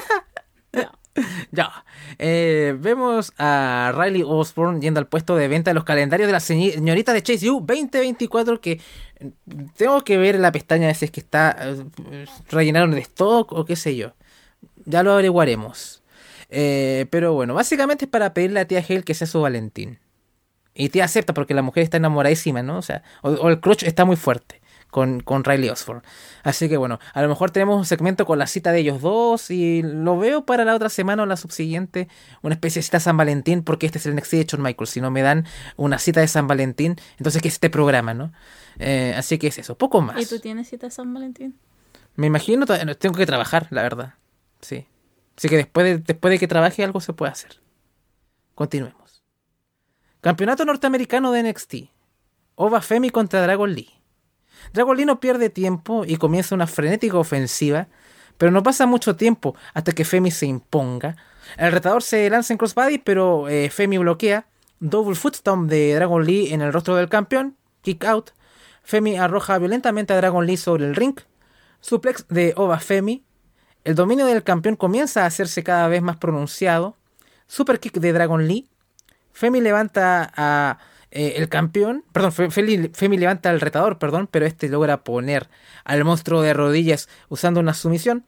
ya. Ya. Eh, vemos a Riley Osborne yendo al puesto de venta de los calendarios de la señi- señorita de Chase U veinte veinticuatro, que eh, tengo que ver en la pestaña si es que está eh, rellenaron de stock o qué sé yo. Ya lo averiguaremos. Eh, pero bueno, básicamente es para pedirle a tía Hale que sea su Valentín. Y tía acepta porque la mujer está enamoradísima, ¿no? O sea, o, o el crush está muy fuerte con, con Riley Osborne. Así que bueno, a lo mejor tenemos un segmento con la cita de ellos dos y lo veo para la otra semana o la subsiguiente, una especie de cita de San Valentín, porque este es el N X T de Shawn Michaels. Si no me dan una cita de San Valentín, entonces que es este programa, ¿no? Eh, así que es eso, poco más. ¿Y tú tienes cita de San Valentín? Me imagino, todavía no- tengo que trabajar, la verdad. Sí. Así que después de, después de que trabaje algo se puede hacer. Continuemos. Campeonato norteamericano de N X T. Ova Femi contra Dragon Lee. Dragon Lee no pierde tiempo y comienza una frenética ofensiva, pero no pasa mucho tiempo hasta que Femi se imponga. El retador se lanza en crossbody, pero eh, Femi bloquea. Double footstomp de Dragon Lee en el rostro del campeón. Kick out. Femi arroja violentamente a Dragon Lee sobre el ring. Suplex de Ova Femi. El dominio del campeón comienza a hacerse cada vez más pronunciado. Super kick de Dragon Lee. Femi levanta a eh, el campeón, perdón, Fe- Feli- Femi levanta al retador, perdón, pero este logra poner al monstruo de rodillas usando una sumisión.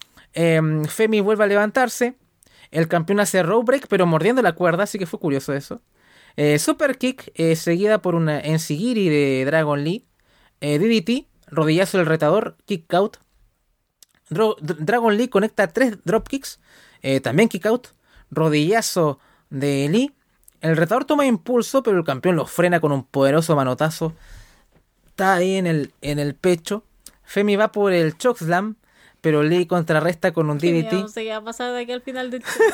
Em, Femi vuelve a levantarse. El campeón hace rope break, pero mordiendo la cuerda, así que fue curioso eso. Eh, super kick, eh, seguida por una enzigiri de Dragon Lee. Eh, D D T, rodillazo del retador, kick out. Dro- Dr- Dragon Lee conecta tres dropkicks, eh, también kick out. Rodillazo de Lee. El retador toma impulso, pero el campeón lo frena con un poderoso manotazo. Está ahí en el, en el pecho. Femi va por el chokeslam, pero Lee contrarresta con un D D T. No sé qué va a pasar de aquí al final del show.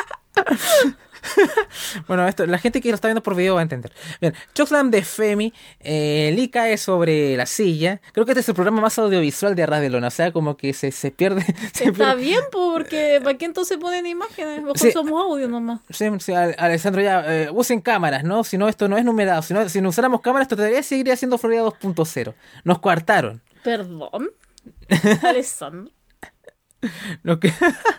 Bueno, esto, la gente que lo está viendo por video va a entender. Bien, chokeslam de Femi. eh, Lee cae sobre la silla. Creo que este es el programa más audiovisual de Arras de Lona. O sea, como que se, se pierde. Se Está pierde. bien, po, porque ¿para qué entonces ponen imágenes? Mejor Sí. somos audio nomás. Sí, sí, Al- Alessandro, ya eh, usen cámaras, ¿no? Si no, esto no es numerado. Si no, si no usáramos cámaras, esto todavía seguiría siendo Florida dos punto cero. Nos coartaron. Perdón. Alessandro. Lo que...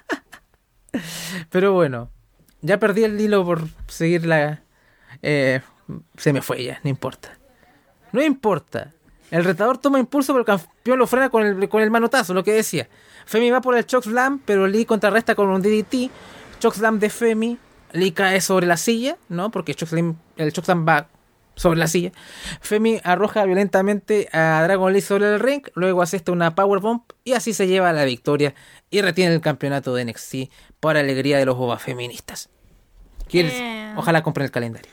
Pero bueno, ya perdí el hilo por seguir la... eh, se me fue ya, no importa. No importa. El retador toma impulso, pero el campeón lo frena con el, con el manotazo, lo que decía. Femi va por el chokeslam, pero Lee contrarresta con un D D T. Chokeslam de Femi. Lee cae sobre la silla, ¿no? Porque chokeslam, el chokeslam va sobre la silla. Femi arroja violentamente a Dragon Lee sobre el ring. Luego hace esta una powerbomb. Y así se lleva la victoria. Y retiene el campeonato de N X T para alegría de los bobas feministas. ¿Quieres? Eh. Ojalá compren el calendario.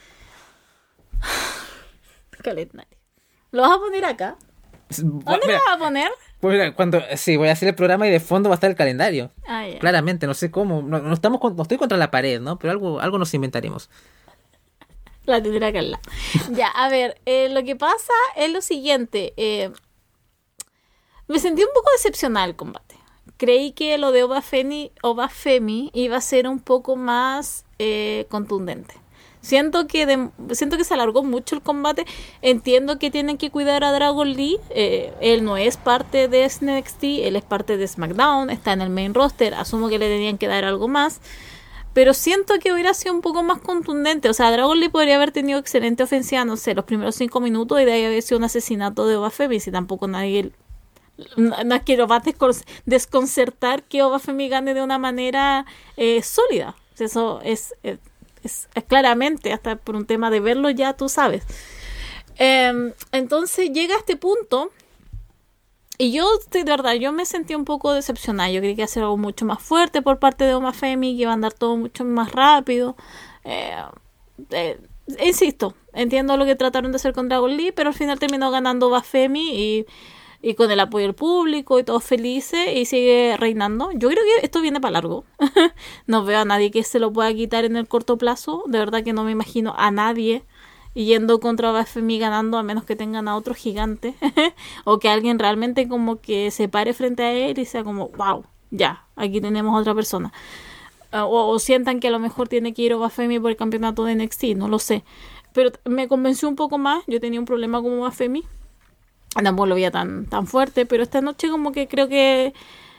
Calendario. ¿Lo vas a poner acá? ¿Dónde Mira, lo vas a poner? pues mira, cuando, sí, voy a hacer el programa y de fondo va a estar el calendario. Ah, ya. Claramente, no sé cómo. No, no estamos con- no estoy contra la pared, ¿no? Pero algo, algo nos inventaremos. La tendré acá al lado. Ya, a ver, eh, lo que pasa es lo siguiente. eh, me sentí un poco decepcionada el combate. Creí que lo de Obafemi, Obafemi iba a ser un poco más eh, contundente. Siento que de- siento que se alargó mucho el combate. Entiendo que tienen que cuidar a Dragon Lee. eh, él no es parte de N X T, él es parte de SmackDown, está en el main roster. Asumo que le tenían que dar algo más. Pero siento que hubiera sido un poco más contundente. O sea, Dragon Lee podría haber tenido excelente ofensiva, no sé, los primeros cinco minutos y de ahí haber sido un asesinato de Obafemi. Si tampoco nadie... No, no es que lo va a descon- desconcertar que Obafemi gane de una manera eh, sólida. Eso es, es, es- es claramente, hasta por un tema de verlo ya tú sabes. Eh, entonces llega a este punto... Y yo, de verdad, yo me sentí un poco decepcionada. Yo creí que iba a ser algo mucho más fuerte por parte de Obafemi, que iba a andar todo mucho más rápido. Eh, eh, insisto, entiendo lo que trataron de hacer con Dragon Lee, pero al final terminó ganando Obafemi y y con el apoyo del público y todos felices y sigue reinando. Yo creo que esto viene para largo. No veo a nadie que se lo pueda quitar en el corto plazo. De verdad que no me imagino a nadie yendo contra Bafemi ganando, a menos que tengan a otro gigante o que alguien realmente como que se pare frente a él y sea como, wow, ya, aquí tenemos a otra persona. Uh, o, o sientan que a lo mejor tiene que ir Bafemi por el campeonato de N X T, no lo sé. Pero me convenció un poco más. Yo tenía un problema con Bafemi, tampoco lo veía tan, tan fuerte, pero esta noche como que creo que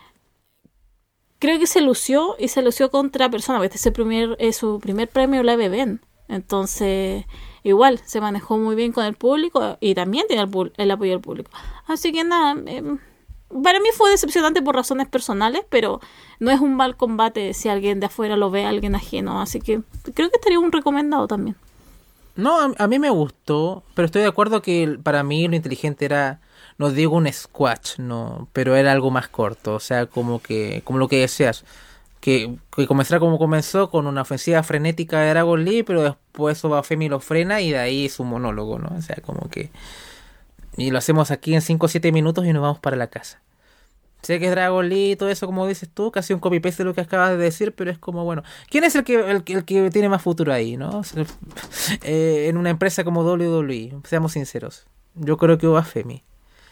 creo que se lució y se lució contra personas, porque este es el primer, eh, su primer premio Live Event. Entonces, igual, se manejó muy bien con el público y también tiene el, el apoyo del público. Así que nada, eh, para mí fue decepcionante por razones personales, pero no es un mal combate si alguien de afuera lo ve a alguien ajeno. Así que creo que estaría un recomendado también. No, a, a mí me gustó, pero estoy de acuerdo que para mí lo inteligente era, no digo un squash, no, pero era algo más corto, o sea, como que, como lo que deseas. Que, que comenzara como comenzó, con una ofensiva frenética de Dragon Lee, pero después Bafemi lo frena y de ahí su monólogo, ¿no? O sea, como que... Y lo hacemos aquí en cinco o siete minutos y nos vamos para la casa. Sé que es Dragon Lee y todo eso, como dices tú, casi un copy-paste de lo que acabas de decir, pero es como, bueno, ¿quién es el que el, el que tiene más futuro ahí, no? O sea, eh, en una empresa como W W E, seamos sinceros. Yo creo que Bafemi.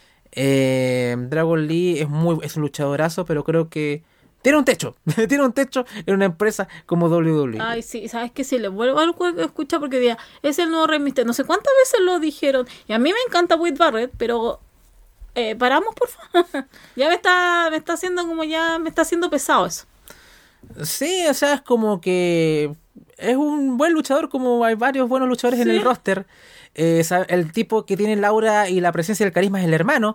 Eh, Dragon Lee es, muy, es un luchadorazo, pero creo que... Tiene un techo, tiene un techo en una empresa como W W E. Ay, sí, ¿sabes qué? Si le vuelvo a escuchar porque diga, es el nuevo Rey Mysterio. No sé cuántas veces lo dijeron. Y a mí me encanta Wade Barrett, pero eh, paramos, por favor. Ya me está, me está haciendo como ya, me está haciendo pesado eso. Sí, o sea, es como que es un buen luchador, como hay varios buenos luchadores sí. en el roster. Eh, el tipo que tiene el aura y la presencia del carisma es el hermano.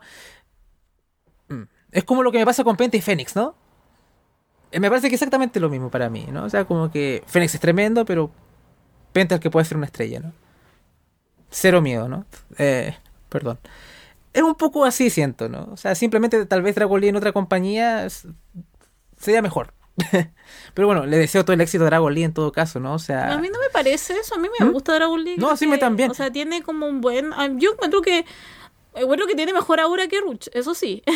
Es como lo que me pasa con Penta y Fénix, ¿no? Me parece que es exactamente lo mismo para mí, ¿no? O sea, como que Fénix es tremendo, pero Penta es el que puede ser una estrella, ¿no? Cero miedo, ¿no? Eh, perdón. Es un poco así, siento, ¿no? O sea, simplemente tal vez Dragon Lee en otra compañía sería mejor. Pero bueno, le deseo todo el éxito a Dragon Lee en todo caso, ¿no? O sea... A mí no me parece eso, a mí me ¿Mm? gusta Dragon Lee. No, sí me también. O sea, tiene como un buen... Yo encuentro que... Bueno, que tiene mejor aura que Ruch, eso sí.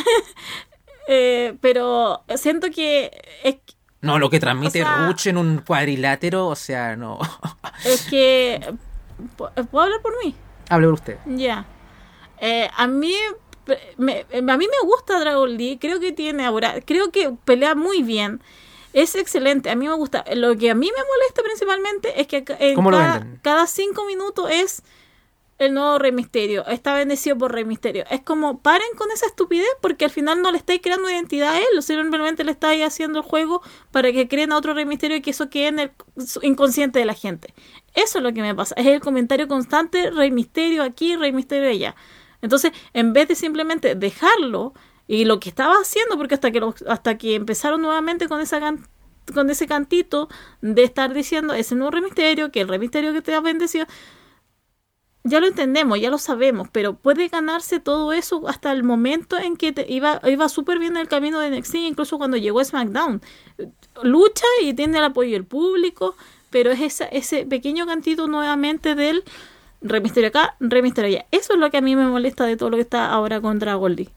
Eh, pero siento que es, no, lo que transmite o sea, Ruch en un cuadrilátero, o sea, no. Es que ¿puedo hablar por mí? Hable por usted. Ya. Yeah. Eh, a mí me, a mí me gusta Dragon Lee, creo que tiene aura, creo que pelea muy bien. Es excelente, a mí me gusta. Lo que a mí me molesta principalmente es que en ¿Cómo cada, lo venden? cada cinco minutos es el nuevo Rey Mysterio, está bendecido por Rey Mysterio. Es como, paren con esa estupidez, porque al final no le estáis creando identidad a él, o simplemente le estáis haciendo el juego para que creen a otro Rey Mysterio y que eso quede en el inconsciente de la gente. Eso es lo que me pasa, es el comentario constante, Rey Mysterio aquí, Rey Mysterio allá. Entonces, en vez de simplemente dejarlo, y lo que estaba haciendo, porque hasta que, lo, hasta que empezaron nuevamente con esa can, con ese cantito de estar diciendo, ese nuevo Rey Mysterio, que el Rey Mysterio que te ha bendecido, ya lo entendemos, ya lo sabemos, pero puede ganarse todo eso hasta el momento en que te iba, iba súper bien en el camino de N X T, incluso cuando llegó a SmackDown. Lucha y tiene el apoyo del público, pero es esa, ese pequeño cantito nuevamente del Rey Mysterio acá, Rey Mysterio allá. Eso es lo que a mí me molesta de todo lo que está ahora con Dragon Lee.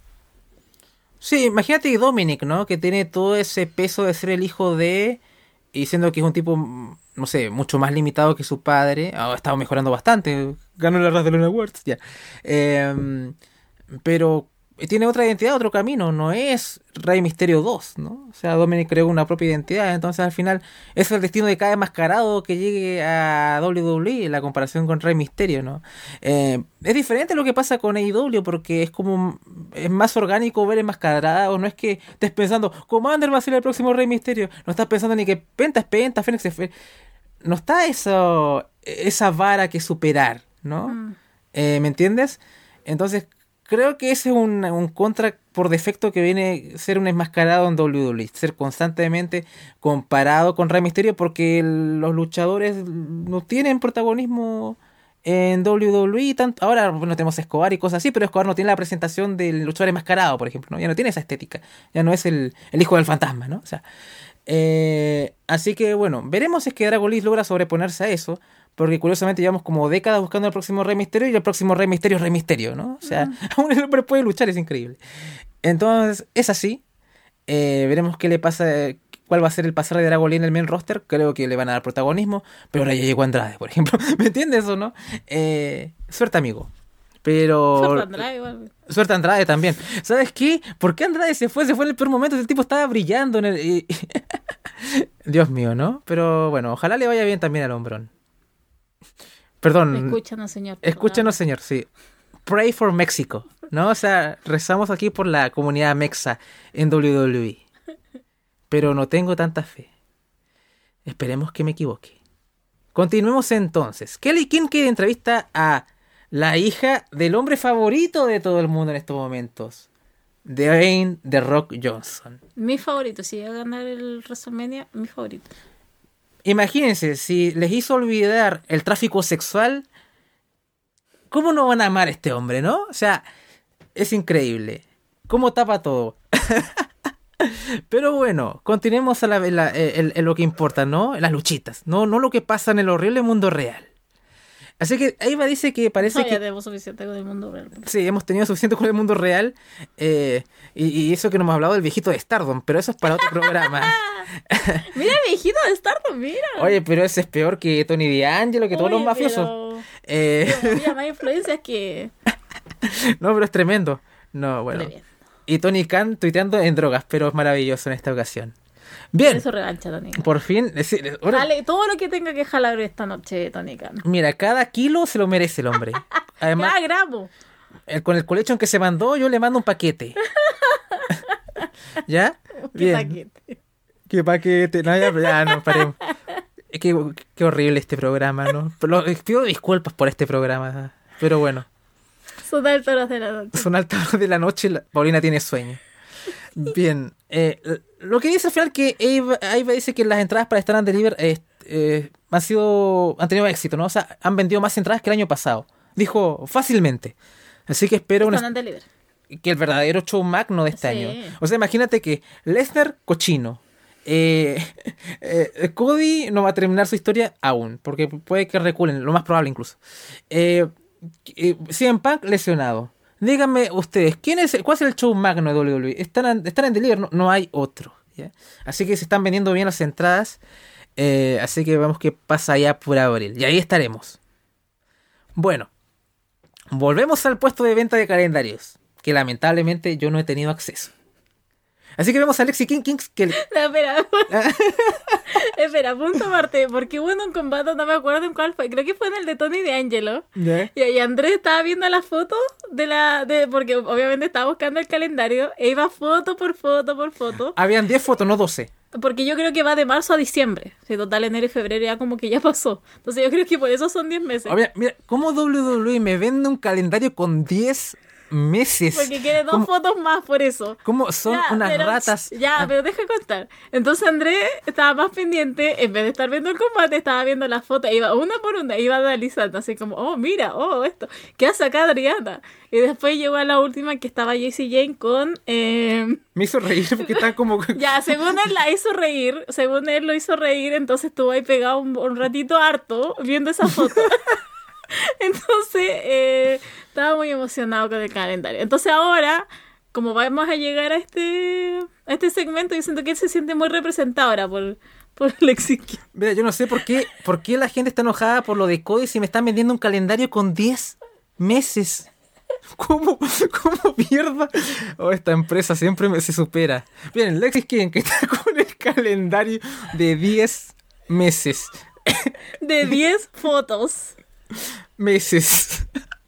Sí, imagínate Dominic, ¿no? Que tiene todo ese peso de ser el hijo de... Y siendo que es un tipo, no sé, mucho más limitado que su padre. Ha estado mejorando bastante. Ganó la Wrestling Awards, ya. Eh, pero tiene otra identidad, otro camino. No es Rey Mysterio dos, ¿no? O sea, Dominic creó una propia identidad. Entonces, al final, es el destino de cada enmascarado que llegue a W W E, la comparación con Rey Mysterio, ¿no? Eh, es diferente lo que pasa con A E W, porque es como... Es más orgánico ver enmascarado. No es que estés pensando, Commander va a ser el próximo Rey Mysterio. No estás pensando ni que Penta es Penta, Fénix es Fénix. No está eso, esa vara que superar, ¿no? Mm. Eh, ¿Me entiendes? Entonces, creo que ese es un, un contra por defecto que viene a ser un enmascarado en W W E. Ser constantemente comparado con Rey Mysterio, porque el, los luchadores no tienen protagonismo en W W E. Tanto, ahora no tenemos a Escobar y cosas así, pero Escobar no tiene la presentación del luchador enmascarado, por ejemplo, ¿no? Ya no tiene esa estética. Ya no es el, el hijo del fantasma, ¿no? O sea... Eh, así que bueno, veremos si es que Dragon Lee logra sobreponerse a eso, porque curiosamente llevamos como décadas buscando al próximo Rey Misterio y el próximo Rey Misterio es Rey Misterio, ¿no? O sea, mm. aún el hombre puede luchar, es increíble. Entonces, es así. Eh, veremos qué le pasa, cuál va a ser el pasar de Dragon Lee en el main roster. Creo que le van a dar protagonismo, pero ahora ya llegó Andrade, por ejemplo. ¿Me entiendes o no? Eh, suerte, amigo. Pero... Suerte Andrade, igual. Suerte Andrade también. ¿Sabes qué? ¿Por qué Andrade se fue? Se fue en el peor momento. El tipo estaba brillando en el... Y... Dios mío, ¿no? Pero bueno, ojalá le vaya bien también al hombrón. Perdón. Escúchanos, señor. Escúchanos, señor, sí. Pray for Mexico, ¿no? O sea, rezamos aquí por la comunidad mexa en doble u doble u E. Pero no tengo tanta fe. Esperemos que me equivoque. Continuemos entonces. Kelly Kincaid entrevista a la hija del hombre favorito de todo el mundo en estos momentos, Dwayne The Rock Johnson. Mi favorito, si llega a ganar el WrestleMania, mi favorito. Imagínense, si les hizo olvidar el tráfico sexual, ¿cómo no van a amar a este hombre, no? O sea, es increíble. ¿Cómo tapa todo? Pero bueno, continuemos a la, la, en, en lo que importa, ¿no? Las luchitas, no, no lo que pasa en el horrible mundo real. Así que Eva dice que parece no, que... ya tenemos suficiente con el mundo real. Sí, hemos tenido suficiente con el mundo real. Eh, y, y eso que no hemos hablado del viejito de Stardom, pero eso es para otro programa. Mira el viejito de Stardom, mira. Oye, pero ese es peor que Tony D'Angelo, que Oye, todos los mafiosos. Pero... Eh... Mira, más influencias que... No, pero es tremendo. No, bueno. Y Tony Khan tuiteando en drogas, pero es maravilloso en esta ocasión. Bien. Eso revancha, Tony Khan. Por fin. Es, ahora, dale todo lo que tenga que jalar esta noche, Tony Khan. Mira, cada kilo se lo merece el hombre. Además, cada gramo. El, con el collection que se mandó, yo le mando un paquete. ¿Ya? ¿Qué Bien. paquete? ¿Qué paquete? No, ya, ya no, paremos. Qué, qué horrible este programa, ¿no? Pero, pido disculpas por este programa, pero bueno. Son altas horas de la noche. Son altas horas de la noche y la, Paulina tiene sueño. Bien. Eh, lo que dice al final que Eva, Eva dice que las entradas para Stand and Deliver eh, eh, han sido han tenido éxito, ¿no? O sea, han vendido más entradas que el año pasado. Dijo fácilmente. Así que espero Stand and Deliver. Que el verdadero show magno de este sí. año. O sea, imagínate que Lesnar, cochino. Eh, eh, Cody no va a terminar su historia aún, porque puede que reculen, lo más probable incluso. Eh, eh, C M Punk lesionado. Díganme ustedes, ¿quién es, ¿cuál es el show magno de W W E? Están, están en Deliver, no, no hay otro, ¿ya? Así que se están vendiendo bien las entradas. Eh, así que vemos qué pasa allá por abril. Y ahí estaremos. Bueno, volvemos al puesto de venta de calendarios, que lamentablemente yo no he tenido acceso. Así que vemos a Lexi King Kings que... No, espera. Espera, punto aparte. Porque hubo un combate, no me acuerdo en cuál fue. Creo que fue en el de Tony D'Angelo. ¿Yeah? Y, y Andrés estaba viendo la foto de la... de porque obviamente estaba buscando el calendario. E iba foto por foto por foto. Habían diez fotos, no doce. Porque yo creo que va de marzo a diciembre. Si total, enero y febrero ya como que ya pasó. Entonces yo creo que por eso son diez meses. Obvio, mira, ¿cómo W W E me vende un calendario con diez meses? Porque quiere dos ¿Cómo? Fotos más por eso. ¿Cómo son ya, unas pero, ratas? Ya, ah. pero deja contar. Entonces Andrés estaba más pendiente, en vez de estar viendo el combate, estaba viendo las fotos, iba una por una, iba analizando, así como, oh, mira, oh, esto, ¿qué hace acá Adriana? Y después llegó a la última que estaba Jessie Jane con... Eh... Me hizo reír porque está como... Ya, según él la hizo reír, según él lo hizo reír, entonces estuvo ahí pegado un, un ratito harto viendo esa foto. Entonces, eh, estaba muy emocionado con el calendario. Entonces ahora, como vamos a llegar a este a este segmento, yo siento que él se siente muy representado ahora por, por Lexi King. Mira, yo no sé por qué, por qué la gente está enojada por lo de Cody si me están vendiendo un calendario con diez meses. ¿Cómo, cómo mierda? Oh, esta empresa siempre me, se supera. Miren, Lexi King que está con el calendario de diez meses. De diez fotos. Meses.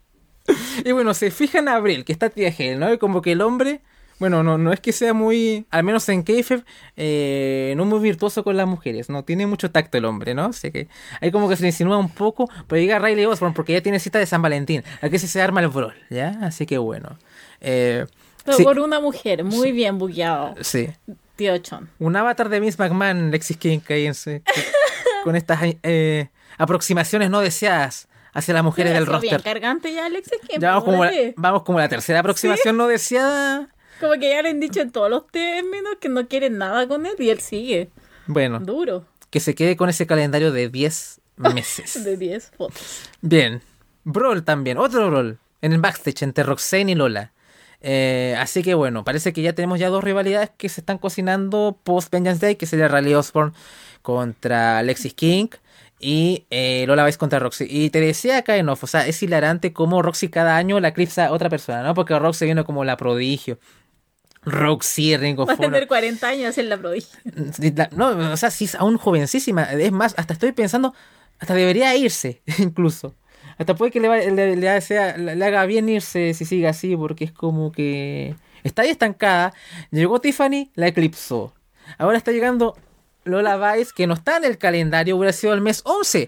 Y bueno, se fija en Abril, que está Tia Hale, ¿no? Y como que el hombre, bueno, no, no es que sea muy, al menos en Kayfabe, eh, no muy virtuoso con las mujeres, no tiene mucho tacto el hombre, ¿no? O sea que ahí como que se le insinúa un poco, pero llega Riley Osborne porque ya tiene cita de San Valentín, aquí se, se arma el brawl, ¿ya? Así que bueno. Eh, pero sí. Por una mujer, muy sí. bien bugueado. Sí. Tío Chon. Un avatar de Vince McMahon, Lexis King, que hay en su, con estas eh, aproximaciones no deseadas hacia las mujeres del roster. Bien cargante ya, Alexis King. Ya vamos como, la, vamos como la tercera aproximación ¿Sí? no deseada. Como que ya le han dicho en todos los términos que no quieren nada con él y él sigue. Bueno. Duro. Que se quede con ese calendario de diez meses. De diez fotos. Bien. Brawl también, otro Brawl. En el backstage entre Roxanne y Lola. Eh, así que bueno, parece que ya tenemos ya dos rivalidades que se están cocinando post Vengeance Day, que sería Riley Osborne contra Alexis King y eh, Lola Vice contra Roxy. Y te decía acá en off, o sea, es hilarante cómo Roxy cada año la eclipsa a otra persona, ¿no? Porque Roxy viene como la prodigio. Roxy, Ring of Va a Honor. tener cuarenta años en la prodigio. No, o sea, sí es aún jovencísima. Es más, hasta estoy pensando, hasta debería irse, incluso. Hasta puede que le, va- le, le sea- le haga bien irse si sigue así, porque es como que está ahí estancada. Llegó Tiffany, la eclipsó. Ahora está llegando Lola Vice, que no está en el calendario, hubiera sido el mes once.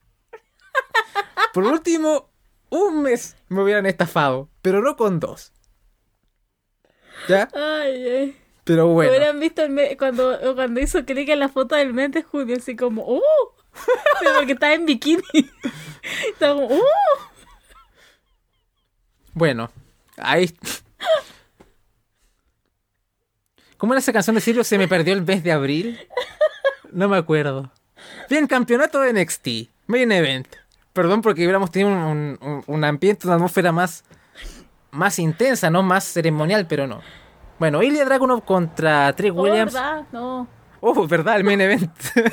Por último, un mes me hubieran estafado, pero no con dos. ¿Ya? Ay, ay. Pero bueno. Hubieran visto el me- cuando, cuando hizo clic en la foto del mes de junio, así como, ¡uh! Pero porque estaba en bikini. Estaba como, ¡uh! Bueno, ahí. ¿Cómo era esa canción de Silvio? Se me perdió el mes de abril. No me acuerdo. Bien, campeonato de N X T. Main event. Perdón porque hubiéramos tenido un, un, un ambiente, una atmósfera más, más intensa, ¿no? Más ceremonial, pero no. Bueno, Ilya Dragunov contra Trick Oh, Williams. ¿verdad? No. Oh, verdad, el main event.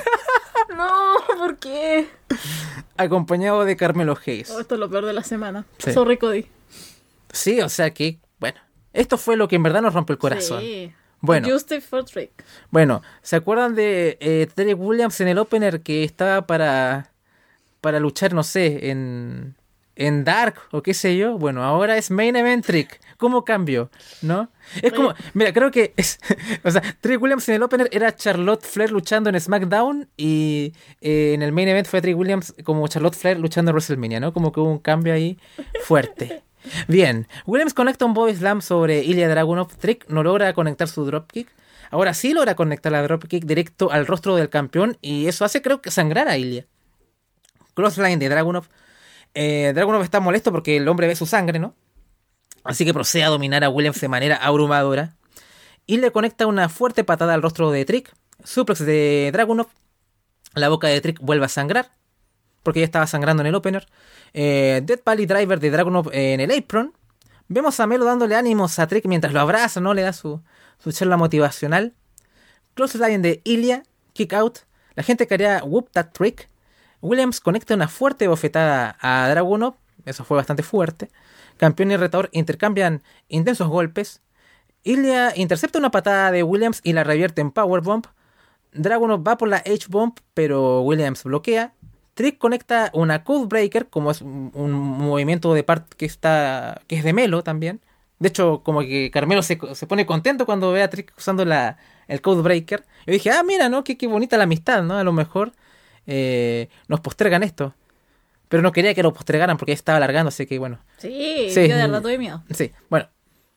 No, ¿por qué? Acompañado de Carmelo Hayes. Oh, esto es lo peor de la semana. Sí. Sorry, Cody. Sí, o sea que, bueno, esto fue lo que en verdad nos rompe el corazón. Sí. Bueno. Justice for Trick. Bueno, ¿se acuerdan de eh, Trick Williams en el opener que estaba para, para luchar, no sé, en, en Dark o qué sé yo? Bueno, ahora es Main Event Trick. ¿Cómo cambió? ¿No? Es como, mira, creo que es, o sea, Trick Williams en el opener era Charlotte Flair luchando en SmackDown y eh, en el Main Event fue Trick Williams como Charlotte Flair luchando en WrestleMania, ¿no? Como que hubo un cambio ahí fuerte. Bien, Williams conecta un body slam sobre Ilya Dragunov. Trick no logra conectar su dropkick. Ahora sí logra conectar la dropkick directo al rostro del campeón y eso hace, creo que, sangrar a Ilya. Crossline de Dragunov. Eh, Dragunov está molesto porque el hombre ve su sangre, ¿no? Así que procede a dominar a Williams de manera abrumadora. Y le conecta una fuerte patada al rostro de Trick. Suplex de Dragunov. La boca de Trick vuelve a sangrar, porque ya estaba sangrando en el opener. Eh, Death Valley Driver de Dragunov en el apron. Vemos a Melo dándole ánimos a Trick mientras lo abraza, ¿no? Le da su, su charla motivacional. Clothesline de Ilya. Kick out. La gente quería whoop that Trick. Williams conecta una fuerte bofetada a Dragunov. Eso fue bastante fuerte. Campeón y retador intercambian intensos golpes. Ilya intercepta una patada de Williams y la revierte en powerbomb. Dragunov va por la H-bomb, pero Williams bloquea. Trick conecta una Codebreaker, como es un, un movimiento de parte que está que es de Melo también. De hecho, como que Carmelo se, se pone contento cuando ve a Trick usando la, el Codebreaker. Yo dije, ah, mira, ¿no? Qué, qué bonita la amistad, ¿no? A lo mejor eh, nos postergan esto. Pero no quería que lo postergaran porque ya estaba alargando, así que bueno. Sí, Sí. yo de verdad tuve miedo. Sí, bueno.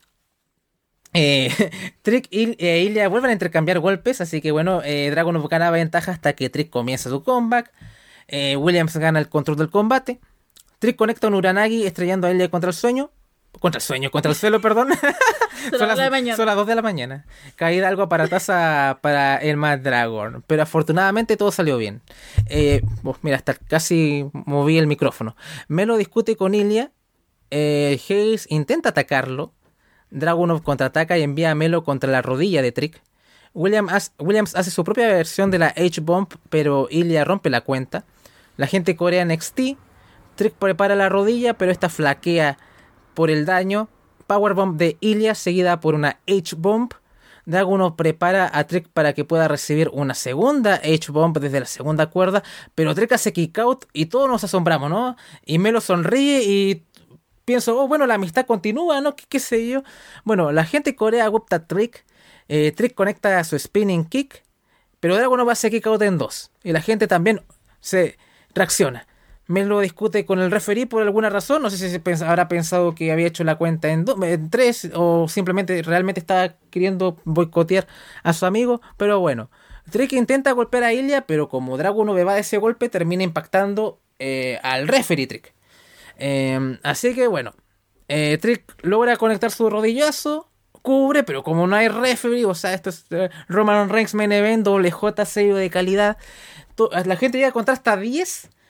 Eh, Trick y eh, Ilya vuelven a intercambiar golpes, así que bueno, eh, Dragunov gana ventaja hasta que Trick comienza su comeback. Eh, Williams gana el control del combate. Trick conecta un Uranagi estrellando a Ilya contra el sueño. Contra el sueño, contra el suelo, perdón. Son las dos de la mañana. son las dos de la mañana. Caída algo aparatosa para el Mad Dragon. Pero afortunadamente todo salió bien. Eh, oh, mira, hasta casi moví el micrófono. Melo discute con Ilya. Eh, Hayes intenta atacarlo. Dragunov contraataca y envía a Melo contra la rodilla de Trick. William has- Williams hace su propia versión de la H-Bomb, pero Ilya rompe la cuenta. La gente corea N X T. Trick prepara la rodilla, pero esta flaquea por el daño. Powerbomb de Ilya seguida por una H-Bomb. Dragunov prepara a Trick para que pueda recibir una segunda H-Bomb desde la segunda cuerda, pero Trick hace kick out y todos nos asombramos, ¿no? Y Melo sonríe y pienso, oh, bueno, la amistad continúa, ¿no? ¿Qué, qué sé yo? Bueno, la gente corea Gupta Trick. Eh, Trick conecta su spinning kick, pero Dragunov hace kick out en dos. Y la gente también se reacciona. Melo discute con el referee por alguna razón. No sé si se pens- habrá pensado que había hecho la cuenta en, do- en tres o simplemente realmente estaba queriendo boicotear a su amigo. Pero bueno, Trick intenta golpear a Ilya, pero como Dragunov va de ese golpe, termina impactando eh, al referee Trick. Eh, así que bueno, eh, Trick logra conectar su rodillazo, cubre, pero como no hay referee, o sea, esto es eh, Roman Reigns Main Event, doble J, sello de calidad. To- la gente llega a contar hasta diez.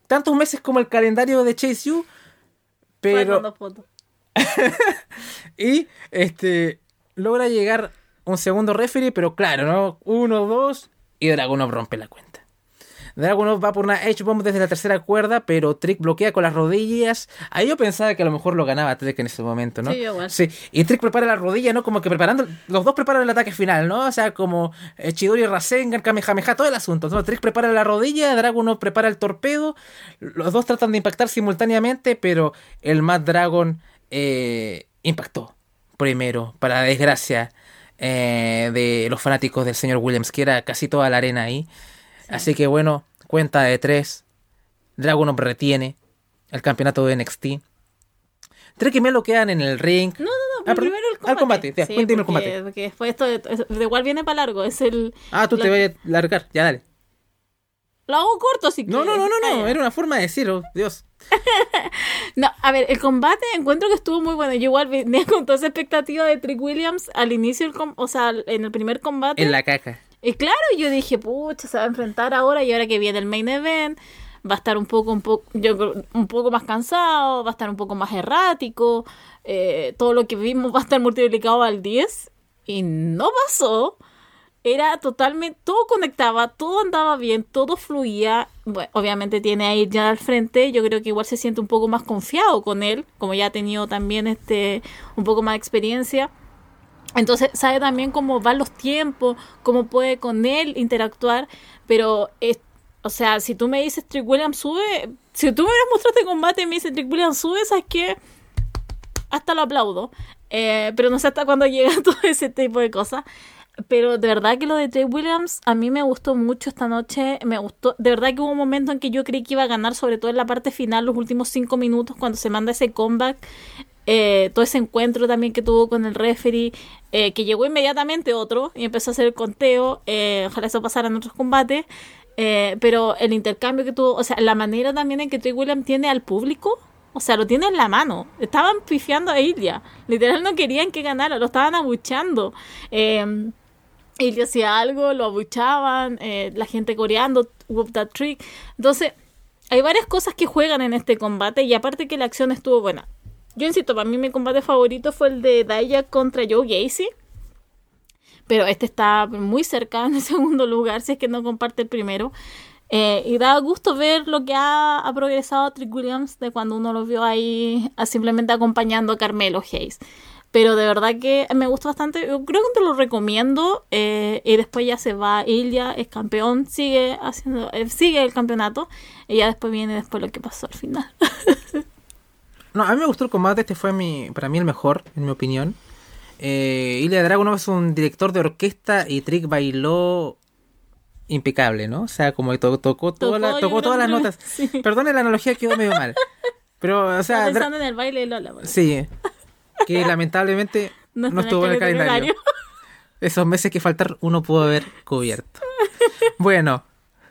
tantos meses como el calendario de Chase U, pero... Dos fotos. y este logra llegar un segundo referee, pero claro, ¿no? Uno, dos, y Dragunov rompe la cuenta. Dragunov va por una H-Bomb desde la tercera cuerda, pero Trick bloquea con las rodillas. Ahí yo pensaba que a lo mejor lo ganaba Trick en ese momento, ¿no? Sí, igual. Sí, y Trick prepara la rodilla, ¿no? Como que preparando... Los dos preparan el ataque final, ¿no? O sea, como eh, Chidori Rasengan, Kamehameha, todo el asunto, ¿no? Trick prepara la rodilla, Dragunov prepara el torpedo. Los dos tratan de impactar simultáneamente, pero el Mad Dragon eh, impactó primero, para desgracia eh, de los fanáticos del señor Williams, que era casi toda la arena ahí. Sí. Así que bueno, cuenta de tres. Dragunov retiene el campeonato de N X T. Trick y Melo quedan en el ring. No, no, no, pero ah, primero el combate. Al combate, ya, sí, cuénteme porque, el combate. Porque después esto de, de igual viene para largo. Es el. Ah, tú la... te vas a largar, ya dale. Lo hago corto si no, quieres. No, no, no, no, ah, era una forma de decirlo, Dios. No, a ver, el combate encuentro que estuvo muy bueno. Yo igual venía con toda esa expectativa de Trick Williams al inicio, del com- o sea, en el primer combate. En la caca. Y claro, yo dije, pucha, se va a enfrentar ahora y ahora que viene el main event, va a estar un poco, un poco, yo creo, un poco más cansado, va a estar un poco más errático, eh, todo lo que vimos va a estar multiplicado al diez y no pasó. Era totalmente, todo conectaba, todo andaba bien, todo fluía. Bueno, obviamente tiene a ir ya al frente, yo creo que igual se siente un poco más confiado con él, como ya ha tenido también este un poco más de experiencia. Entonces sabe también cómo van los tiempos, cómo puede con él interactuar, pero es, o sea, si tú me dices Trick Williams sube, si tú me hubieras mostrado este combate y me dices Trick Williams sube, ¿sabes qué? Hasta lo aplaudo, eh, pero no sé hasta cuándo llega todo ese tipo de cosas. Pero de verdad que lo de Trick Williams a mí me gustó mucho esta noche, me gustó, de verdad que hubo un momento en que yo creí que iba a ganar, sobre todo en la parte final, los últimos cinco minutos cuando se manda ese comeback, eh, todo ese encuentro también que tuvo con el referee, eh, que llegó inmediatamente otro y empezó a hacer el conteo, eh, ojalá eso pasara en otros combates, eh, pero el intercambio que tuvo, o sea, la manera también en que Trick Williams tiene al público, o sea, lo tiene en la mano. Estaban pifiando a Ilya, literal no querían que ganara, lo estaban abuchando, eh, y le hacía algo, lo abuchaban, eh, la gente coreando, whoop that trick. Entonces, hay varias cosas que juegan en este combate y aparte que la acción estuvo buena. Yo insisto, para mí mi combate favorito fue el de Dijak contra Joe Gacy, pero este está muy cerca en el segundo lugar, si es que no comparte el primero. Eh, y da gusto ver lo que ha, ha progresado Trick Williams de cuando uno lo vio ahí a simplemente acompañando a Carmelo Hayes. Pero de verdad que me gusta bastante. Yo creo que te lo recomiendo. Eh, y después ya se va Ilya, es campeón, sigue haciendo, eh, sigue el campeonato. Y ya después viene después lo que pasó al final. No, a mí me gustó el combate. Este fue mi, para mí el mejor, en mi opinión. Eh, Ilya Dragunov es un director de orquesta y Trick bailó impecable, ¿no? O sea, como que to- tocó, toda Tocó, la, tocó todas las notas. Sí. Perdone, la analogía quedó medio mal. Pero, o sea... Estaba pensando Dra- en el baile de Lola. Bueno. Sí. Que lamentablemente no, no estuvo en el calendario. calendario. Esos meses que faltar uno pudo haber cubierto. Bueno.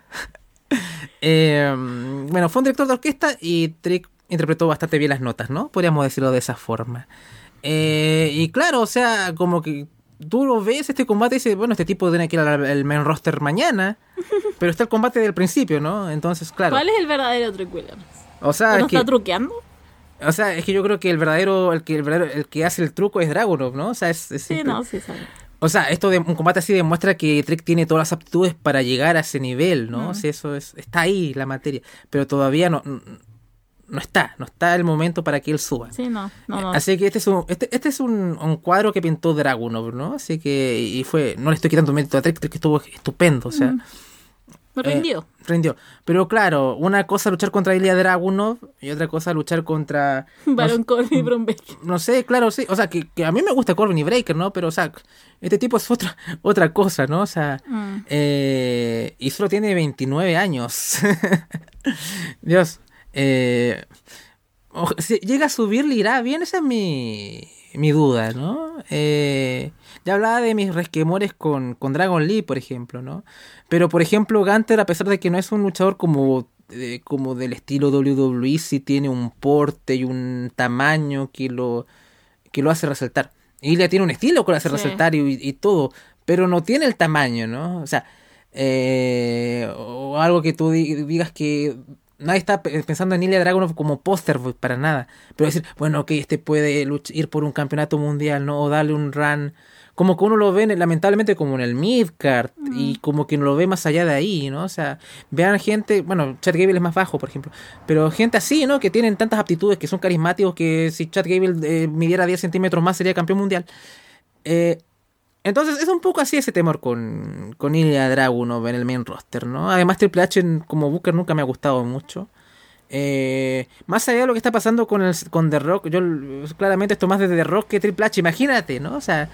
eh, bueno, fue un director de orquesta y Trick interpretó bastante bien las notas, ¿no? Podríamos decirlo de esa forma. Eh, y claro, o sea, como que tú lo ves este combate y dices, bueno, este tipo tiene que ir al main roster mañana. Pero está el combate del principio, ¿no? Entonces, claro. ¿Cuál es el verdadero Trick Williams? O sea, ¿No es que, está truqueando? O sea, es que yo creo que el verdadero, el que el verdadero, el que hace el truco es Dragunov, ¿no? O sea, es, es sí, simple. no, sí, sabe. O sea, esto de un combate así demuestra que Trick tiene todas las aptitudes para llegar a ese nivel, ¿no? Mm. O sea, eso es, está ahí la materia, pero todavía no, no está, no está el momento para que él suba. Sí, no, no, no. Así que este es un, este, este es un, un cuadro que pintó Dragunov, ¿no? Así que, y fue, no le estoy quitando mérito a Trick, Trick estuvo estupendo, o sea. Mm. Rindió. Eh, rindió. Pero claro, una cosa luchar contra Ilya Dragunov y otra cosa luchar contra... Baron no, Corbin y Bron Breakker. No sé, claro, sí. O sea, que, que a mí me gusta Corbin y Breaker, ¿no? Pero, o sea, este tipo es otra, otra cosa, ¿no? O sea, mm. eh, y solo tiene veintinueve años. Dios. Eh, si llega a subir, le irá bien, esa es mi, mi duda, ¿no? Eh, ya hablaba de mis resquemores con, con Dragon Lee, por ejemplo, ¿no? Pero, por ejemplo, Gunther, a pesar de que no es un luchador como, eh, como del estilo doble u doble u E, sí tiene un porte y un tamaño que lo, que lo hace resaltar. Ilya tiene un estilo que lo hace sí. resaltar y, y todo, pero no tiene el tamaño, ¿no? O sea, eh, o algo que tú digas que nadie está pe- pensando en Ilya Dragunov como póster boy para nada. Pero decir, bueno, ok, este puede luch- ir por un campeonato mundial, ¿no? O darle un run. Como que uno lo ve, en- lamentablemente, como en el midcard. Mm. Y como que no lo ve más allá de ahí, ¿no? O sea, vean gente, bueno, Chad Gable es más bajo, por ejemplo. Pero gente así, ¿no? Que tienen tantas aptitudes, que son carismáticos, que si Chad Gable eh, midiera diez centímetros más sería campeón mundial. Eh, entonces es un poco así ese temor con, con Ilya Dragunov en el main roster, ¿no? Además Triple H en- como Booker nunca me ha gustado mucho. Eh, más allá de lo que está pasando con el, con The Rock, yo l- claramente esto más de The Rock que Triple H, imagínate, ¿no? O sea,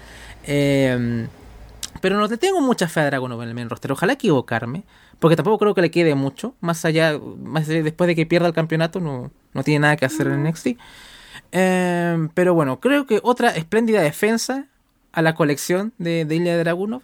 eh, pero no te tengo mucha fe a Dragunov en el main roster. Ojalá equivocarme, porque tampoco creo que le quede mucho. Más allá, más allá- después de que pierda el campeonato, no, no tiene nada que hacer en N X T. Eh, pero bueno, creo que otra espléndida defensa a la colección de, de Ilya Dragunov.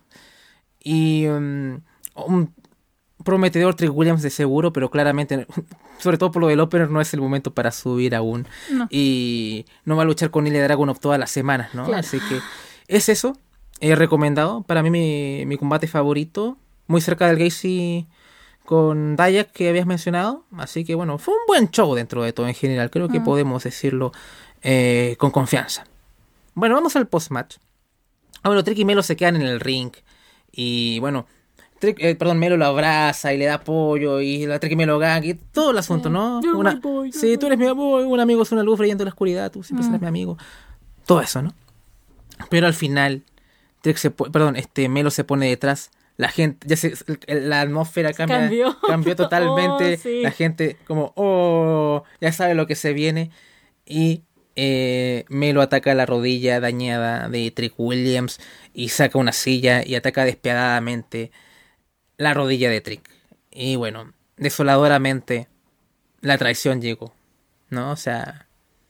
Y um, un prometedor Trick Williams de seguro, pero claramente, sobre todo por lo del opener, no es el momento para subir aún. No. Y no va a luchar con Ilya Dragunov todas las semanas, ¿no? Claro. Así que es eso. He recomendado. Para mí mi, mi combate favorito. Muy cerca del Gacy con Dayak que habías mencionado. Así que bueno, fue un buen show dentro de todo en general. Creo que Mm. podemos decirlo eh, con confianza. Bueno, vamos al post-match. Ah, bueno, Trick y Melo se quedan en el ring. Y bueno, Trick, eh, perdón, Melo lo abraza y le da apoyo. Y la Trick y Melo gang y todo el asunto, ¿no? You're Una- my boy, you're sí, my tú eres mi amor. Un amigo es una luz brillando en la oscuridad. Tú siempre Mm. serás mi amigo. Todo eso, ¿no? Pero al final, Trick se po- perdón, este Melo se pone detrás. La gente, ya se, la atmósfera cambia, Cambió. cambió totalmente. Oh, sí. La gente como, oh, ya sabe lo que se viene. Y eh, Melo ataca la rodilla dañada de Trick Williams y saca una silla y ataca despiadadamente la rodilla de Trick. Y bueno, desoladoramente la traición llegó, ¿no? O sea,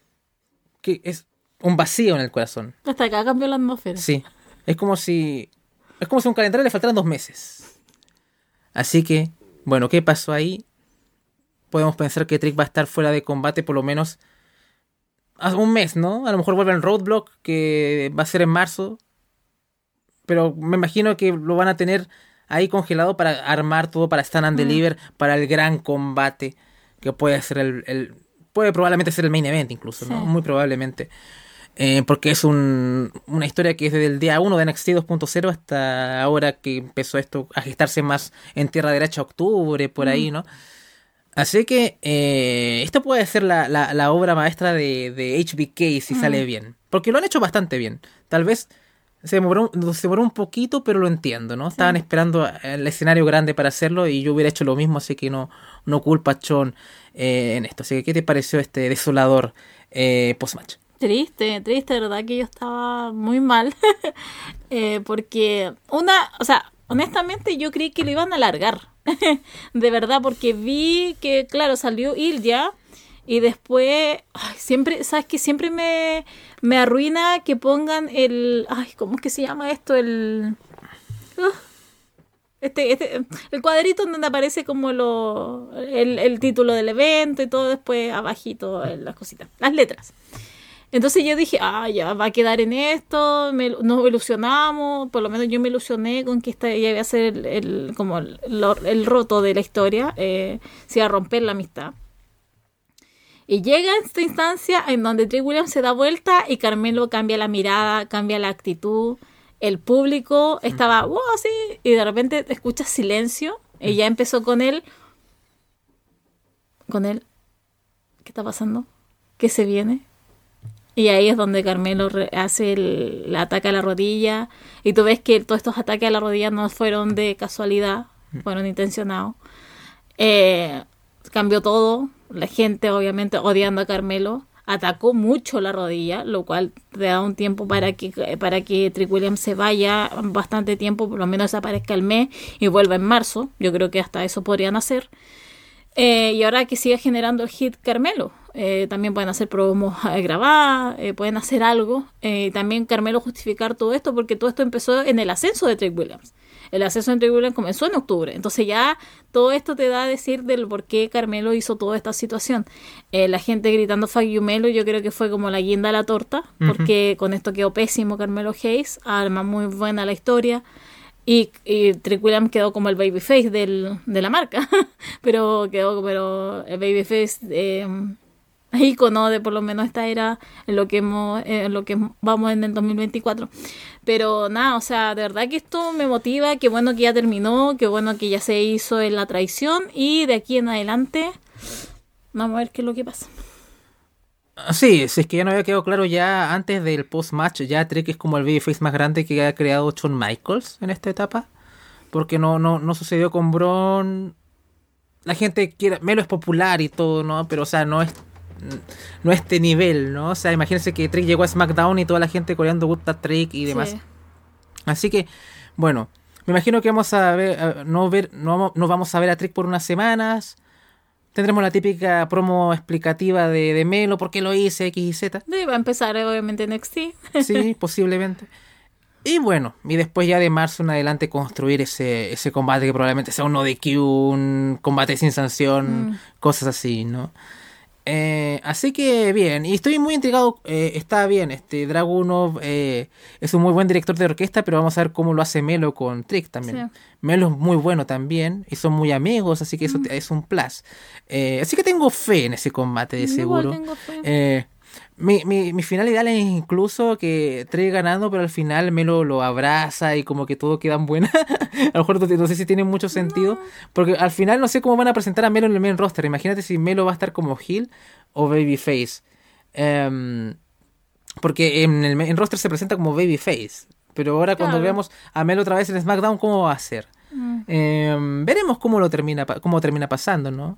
que es un vacío en el corazón. Hasta acá cambió la atmósfera. Sí, es como si es como si a un calendario le faltaran dos meses. Así que, bueno, ¿qué pasó ahí? Podemos pensar que Trick va a estar fuera de combate por lo menos a un mes, ¿no? A lo mejor vuelve en Roadblock, que va a ser en marzo. Pero me imagino que lo van a tener ahí congelado para armar todo para Stand and Mm. Deliver, para el gran combate, que puede ser el, el- puede probablemente ser el main event incluso, ¿no? Sí. Muy probablemente. Eh, porque es un, una historia que es desde el día uno de N X T dos punto cero hasta ahora que empezó esto a gestarse más en tierra derecha, octubre, por ahí, ¿no? Así que eh, esto puede ser la, la, la obra maestra de, de H B K si Mm. sale bien. Porque lo han hecho bastante bien. Tal vez se demoró, se demoró un poquito, pero lo entiendo, ¿no? Estaban esperando el escenario grande para hacerlo y yo hubiera hecho lo mismo, así que no, no culpa a Chon eh, en esto. Así que, ¿qué te pareció este desolador eh, post-match? Triste, triste, de verdad que yo estaba muy mal. Eh, porque una, o sea, honestamente yo creí que lo iban a alargar. De verdad, porque vi que, claro, salió Ilya y después, ay, siempre, ¿sabes qué? Siempre me, me arruina que pongan el, ay, ¿cómo es que se llama esto? El... ah, Este, este, el cuadrito en donde aparece como lo, el, el título del evento y todo después abajito eh, las cositas, las letras. Entonces yo dije, ah, ya va a quedar en esto, me, nos ilusionamos, por lo menos yo me ilusioné con que esta ya iba a ser el, el- como el, lo- el roto de la historia, eh, se iba a romper la amistad. Y llega esta instancia en donde Trick Williams se da vuelta y Carmelo cambia la mirada, cambia la actitud, el público estaba, wow, sí, y de repente escuchas silencio, y ya empezó con él, con él, ¿qué está pasando? ¿Qué se viene? Y ahí es donde Carmelo re- hace el, el ataque a la rodilla. Y tú ves que todos estos ataques a la rodilla no fueron de casualidad, fueron intencionados. Eh, cambió todo. La gente, obviamente, odiando a Carmelo. Atacó mucho la rodilla, lo cual te da un tiempo para que, para que Trick Williams se vaya bastante tiempo, por lo menos desaparezca el mes y vuelva en marzo. Yo creo que hasta eso podrían hacer. Eh, y ahora que siga generando el hit Carmelo, eh, también pueden hacer promos eh, grabadas, eh, pueden hacer algo. Eh, también Carmelo justificar todo esto, porque todo esto empezó en el ascenso de Trick Williams. El ascenso de Trick Williams comenzó en octubre. Entonces ya todo esto te da a decir del por qué Carmelo hizo toda esta situación. Eh, la gente gritando fuck you Melo, yo creo que fue como la guinda a la torta, porque con esto quedó pésimo Carmelo Hayes, arma muy buena la historia. Y, y Trick Williams quedó como el babyface del, de la marca. pero quedó pero el babyface eh, ícono de por lo menos esta era en lo que hemos, en lo que vamos en el dos mil veinticuatro. Pero nada, o sea, de verdad que esto me motiva, qué bueno que ya terminó, qué bueno que ya se hizo en la traición, y de aquí en adelante vamos a ver qué es lo que pasa. Sí, si es que ya no había quedado claro ya antes del post-match, ya Trick es como el babyface más grande que ha creado Shawn Michaels en esta etapa, porque no, no, no sucedió con Braun. La gente quiere, Melo es popular y todo, ¿no? Pero, o sea, no es no este nivel, ¿no? O sea, imagínense que Trick llegó a SmackDown y toda la gente coreando Good Bad Trick y demás. Sí. Así que, bueno, me imagino que vamos a ver, a no ver, no, no vamos a ver a Trick por unas semanas. Tendremos la típica promo explicativa de, de Melo, por qué lo hice, X y Z. Sí, va a empezar obviamente en N X T. Sí, posiblemente. Y bueno, y después ya de marzo en adelante construir ese, ese combate que probablemente sea un no D Q, un combate sin sanción, mm. cosas así, ¿no? Eh, así que bien, y estoy muy intrigado, eh, está bien, este Dragunov eh, es un muy buen director de orquesta, pero vamos a ver cómo lo hace Melo con Trick también. Sí. Melo es muy bueno también, y son muy amigos, así que eso mm. es un plus. Eh, así que tengo fe en ese combate, de seguro. Igual tengo fe. Eh, mi, mi, mi final ideal es incluso que Trick ganando, pero al final Melo lo abraza y como que todo queda en buena. A lo mejor no, no sé si tiene mucho sentido, no. Porque al final no sé cómo van a presentar a Melo en el main roster. Imagínate si Melo va a estar como heel o babyface. Um, porque en el main roster se presenta como babyface, pero ahora cuando claro. veamos a Melo otra vez en SmackDown, ¿cómo va a ser? Mm. Um, veremos cómo lo termina, cómo termina pasando, ¿no?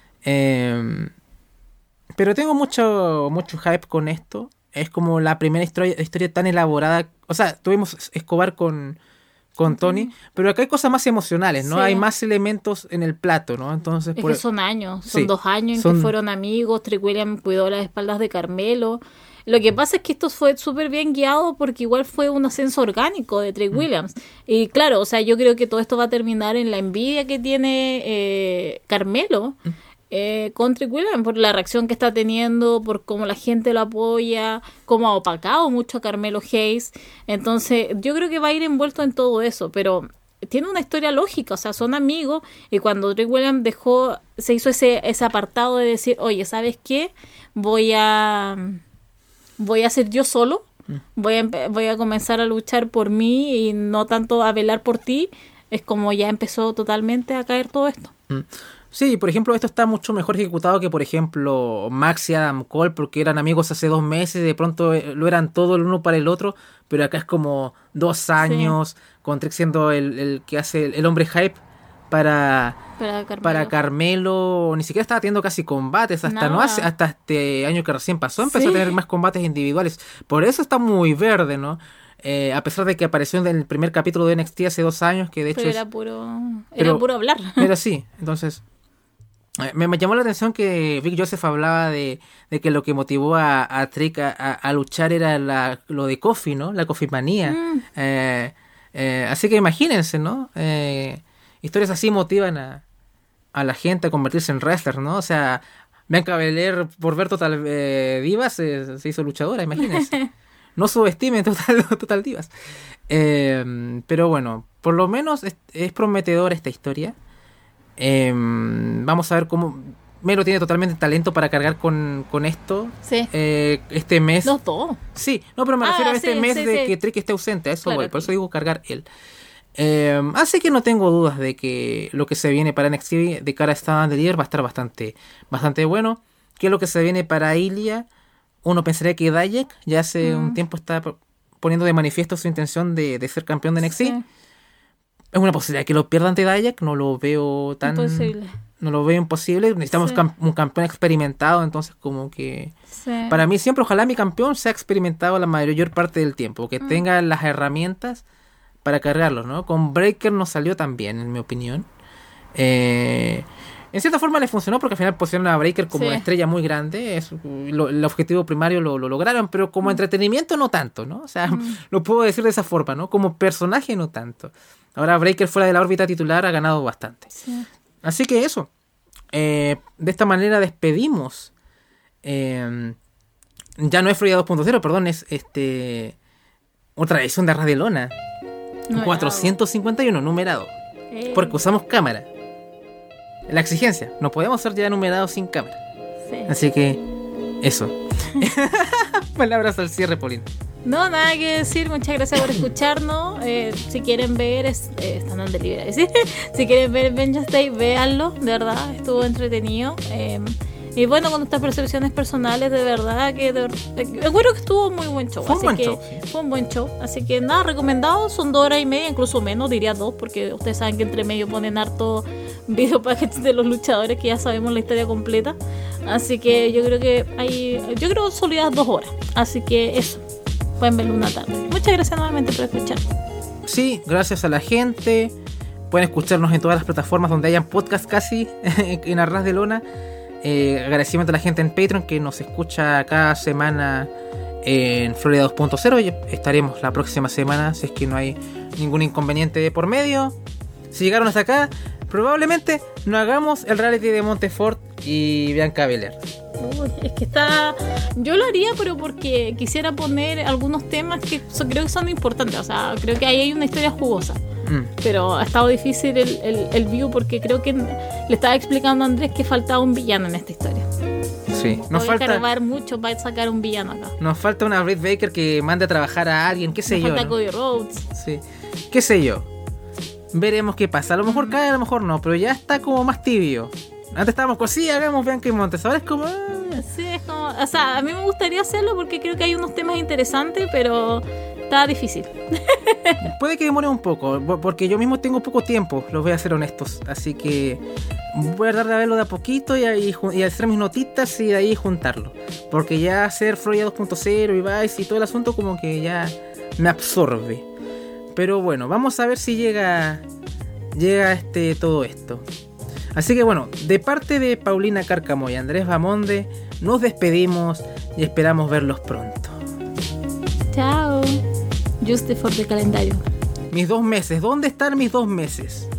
Um, Pero tengo mucho mucho hype con esto. Es como la primera historia, historia tan elaborada. O sea, tuvimos Escobar con, con Tony, uh-huh. pero acá hay cosas más emocionales, ¿no? Sí. Hay más elementos en el plato, ¿no? Entonces, es por... que son años, son sí, dos años en son... que fueron amigos. Trick Williams cuidó las espaldas de Carmelo. Lo que pasa es que esto fue súper bien guiado porque igual fue un ascenso orgánico de Trick Williams. Mm. Y claro, o sea, yo creo que todo esto va a terminar en la envidia que tiene eh, Carmelo. Mm. Eh, con Trick Williams, por la reacción que está teniendo, por cómo la gente lo apoya, cómo ha opacado mucho a Carmelo Hayes. Entonces yo creo que va a ir envuelto en todo eso, pero tiene una historia lógica, o sea, son amigos, y cuando Trick Williams dejó, se hizo ese, ese apartado de decir, oye, ¿sabes qué? Voy a voy a ser yo solo, voy a, voy a comenzar a luchar por mí y no tanto a velar por ti, es como ya empezó totalmente a caer todo esto. Mm. Sí, por ejemplo, esto está mucho mejor ejecutado que, por ejemplo, Max y Adam Cole, porque eran amigos hace dos meses, de pronto lo eran todo el uno para el otro, pero acá es como dos años, sí. con Trick siendo el, el que hace el, el hombre hype para, para, Carmelo. para Carmelo. Ni siquiera estaba teniendo casi combates, hasta no, no hace, hasta este año que recién pasó, empezó sí. a tener más combates individuales. Por eso está muy verde, ¿no? Eh, a pesar de que apareció en el primer capítulo de N X T hace dos años, que de hecho pero es... era puro, pero, era puro hablar. Era así, entonces... Me, me llamó la atención que Vic Joseph hablaba de, de que lo que motivó a, a Trick a, a, a luchar era la, lo de Coffee, ¿no? La Coffee manía. Mm. Eh, eh, así que imagínense, ¿no? Eh, historias así motivan a, a la gente a convertirse en wrestler, ¿no? O sea, Bianca Belair por ver Total eh, Divas se, se hizo luchadora, imagínense. No subestimen Total, Total Divas. Eh, pero bueno, por lo menos es, es prometedora esta historia. Eh, vamos a ver cómo Melo tiene totalmente talento para cargar con, con esto. Sí. Eh, este mes. Los dos. Sí, no, pero me refiero ah, a este sí, mes sí, de sí. que Trick esté ausente. A eso claro voy. Por que... eso digo cargar él. Eh, así que no tengo dudas de que lo que se viene para N X T de cara a esta de líder va a estar bastante, bastante bueno. ¿Qué es lo que se viene para Ilya? Uno pensaría que Dayek ya hace mm. un tiempo está poniendo de manifiesto su intención de, de ser campeón de N X T. Sí. Es una posibilidad que lo pierda ante Dayak, no lo veo tan... Imposible. No lo veo imposible. Necesitamos sí. cam- un campeón experimentado, entonces como que... Sí. Para mí siempre, ojalá mi campeón sea experimentado la mayor parte del tiempo, que mm. tenga las herramientas para cargarlo, ¿no? Con Breaker no salió tan bien, en mi opinión. Eh... En cierta forma le funcionó porque al final pusieron a Breaker como sí. una estrella muy grande. Es, lo, el objetivo primario lo, lo lograron, pero como mm. entretenimiento no tanto, ¿no? O sea, mm. lo puedo decir de esa forma, ¿no? Como personaje no tanto. Ahora Breaker fuera de la órbita titular ha ganado bastante. Sí. Así que eso. Eh, de esta manera despedimos. Eh, ya no es Florida dos punto cero, perdón, es este otra edición de Radiolona. Numerado. cuatrocientos cincuenta y uno, numerado. Eh, Porque usamos cámara. La exigencia, no podemos ser ya numerados sin cámara. sí. Así que, eso. Palabras al cierre, Paulina. No, nada que decir, muchas gracias por escucharnos. Eh, si quieren ver, es, eh, están en delivery, ¿sí? Si quieren ver Vengeance Day, véanlo, de verdad, estuvo entretenido. Eh, y bueno, con nuestras percepciones personales, de verdad que de, eh, bueno que estuvo muy buen show. Fue un así buen que, show, sí. Fue un buen show, así que nada, recomendado, son dos horas y media, incluso menos, diría dos, porque ustedes saben que entre medio ponen harto video package de los luchadores, que ya sabemos la historia completa. Así que yo creo que hay, yo creo sólidas dos horas, así que eso. Pueden verlo una tarde. Muchas gracias nuevamente por escuchar. Sí, gracias a la gente. Pueden escucharnos en todas las plataformas donde hayan podcast casi, en Arras de Lona. Eh, agradecimiento a la gente en Patreon que nos escucha cada semana en Florida dos punto cero. Estaremos la próxima semana si es que no hay ningún inconveniente de por medio. Si llegaron hasta acá, probablemente no hagamos el reality de Montefort y Bianca Belair. Uy, es que está... Yo lo haría, pero porque quisiera poner algunos temas que so- creo que son importantes. O sea, creo que ahí hay una historia jugosa. Mm. Pero ha estado difícil el, el, el view porque creo que le estaba explicando a Andrés que faltaba un villano en esta historia. Sí, nos Voy a falta, cargar mucho para sacar un villano acá. nos falta una Britt Baker que mande a trabajar a alguien, qué sé Me yo. falta ¿no? Cody Rhodes. Sí, qué sé yo. Veremos qué pasa. A lo mejor cae, a lo mejor no, pero ya está como más tibio. Antes estábamos con sí, hagamos Bianca y Montes. Ahora es como. ah. Sí, es como... O sea, a mí me gustaría hacerlo porque creo que hay unos temas interesantes, pero está difícil. Puede que demore un poco, po- porque yo mismo tengo poco tiempo, los voy a ser honestos. Así que voy a tratar de verlo de a poquito y, ahí ju- y hacer mis notitas y de ahí juntarlo. Porque ya hacer Florida dos punto cero y Vice y todo el asunto como que ya me absorbe. Pero bueno, vamos a ver si llega llega este todo esto. Así que bueno, de parte de Paulina Cárcamo y Andrés Bamonde, nos despedimos y esperamos verlos pronto. Chao. Juste for the calendario. Mis dos meses, ¿dónde están mis dos meses?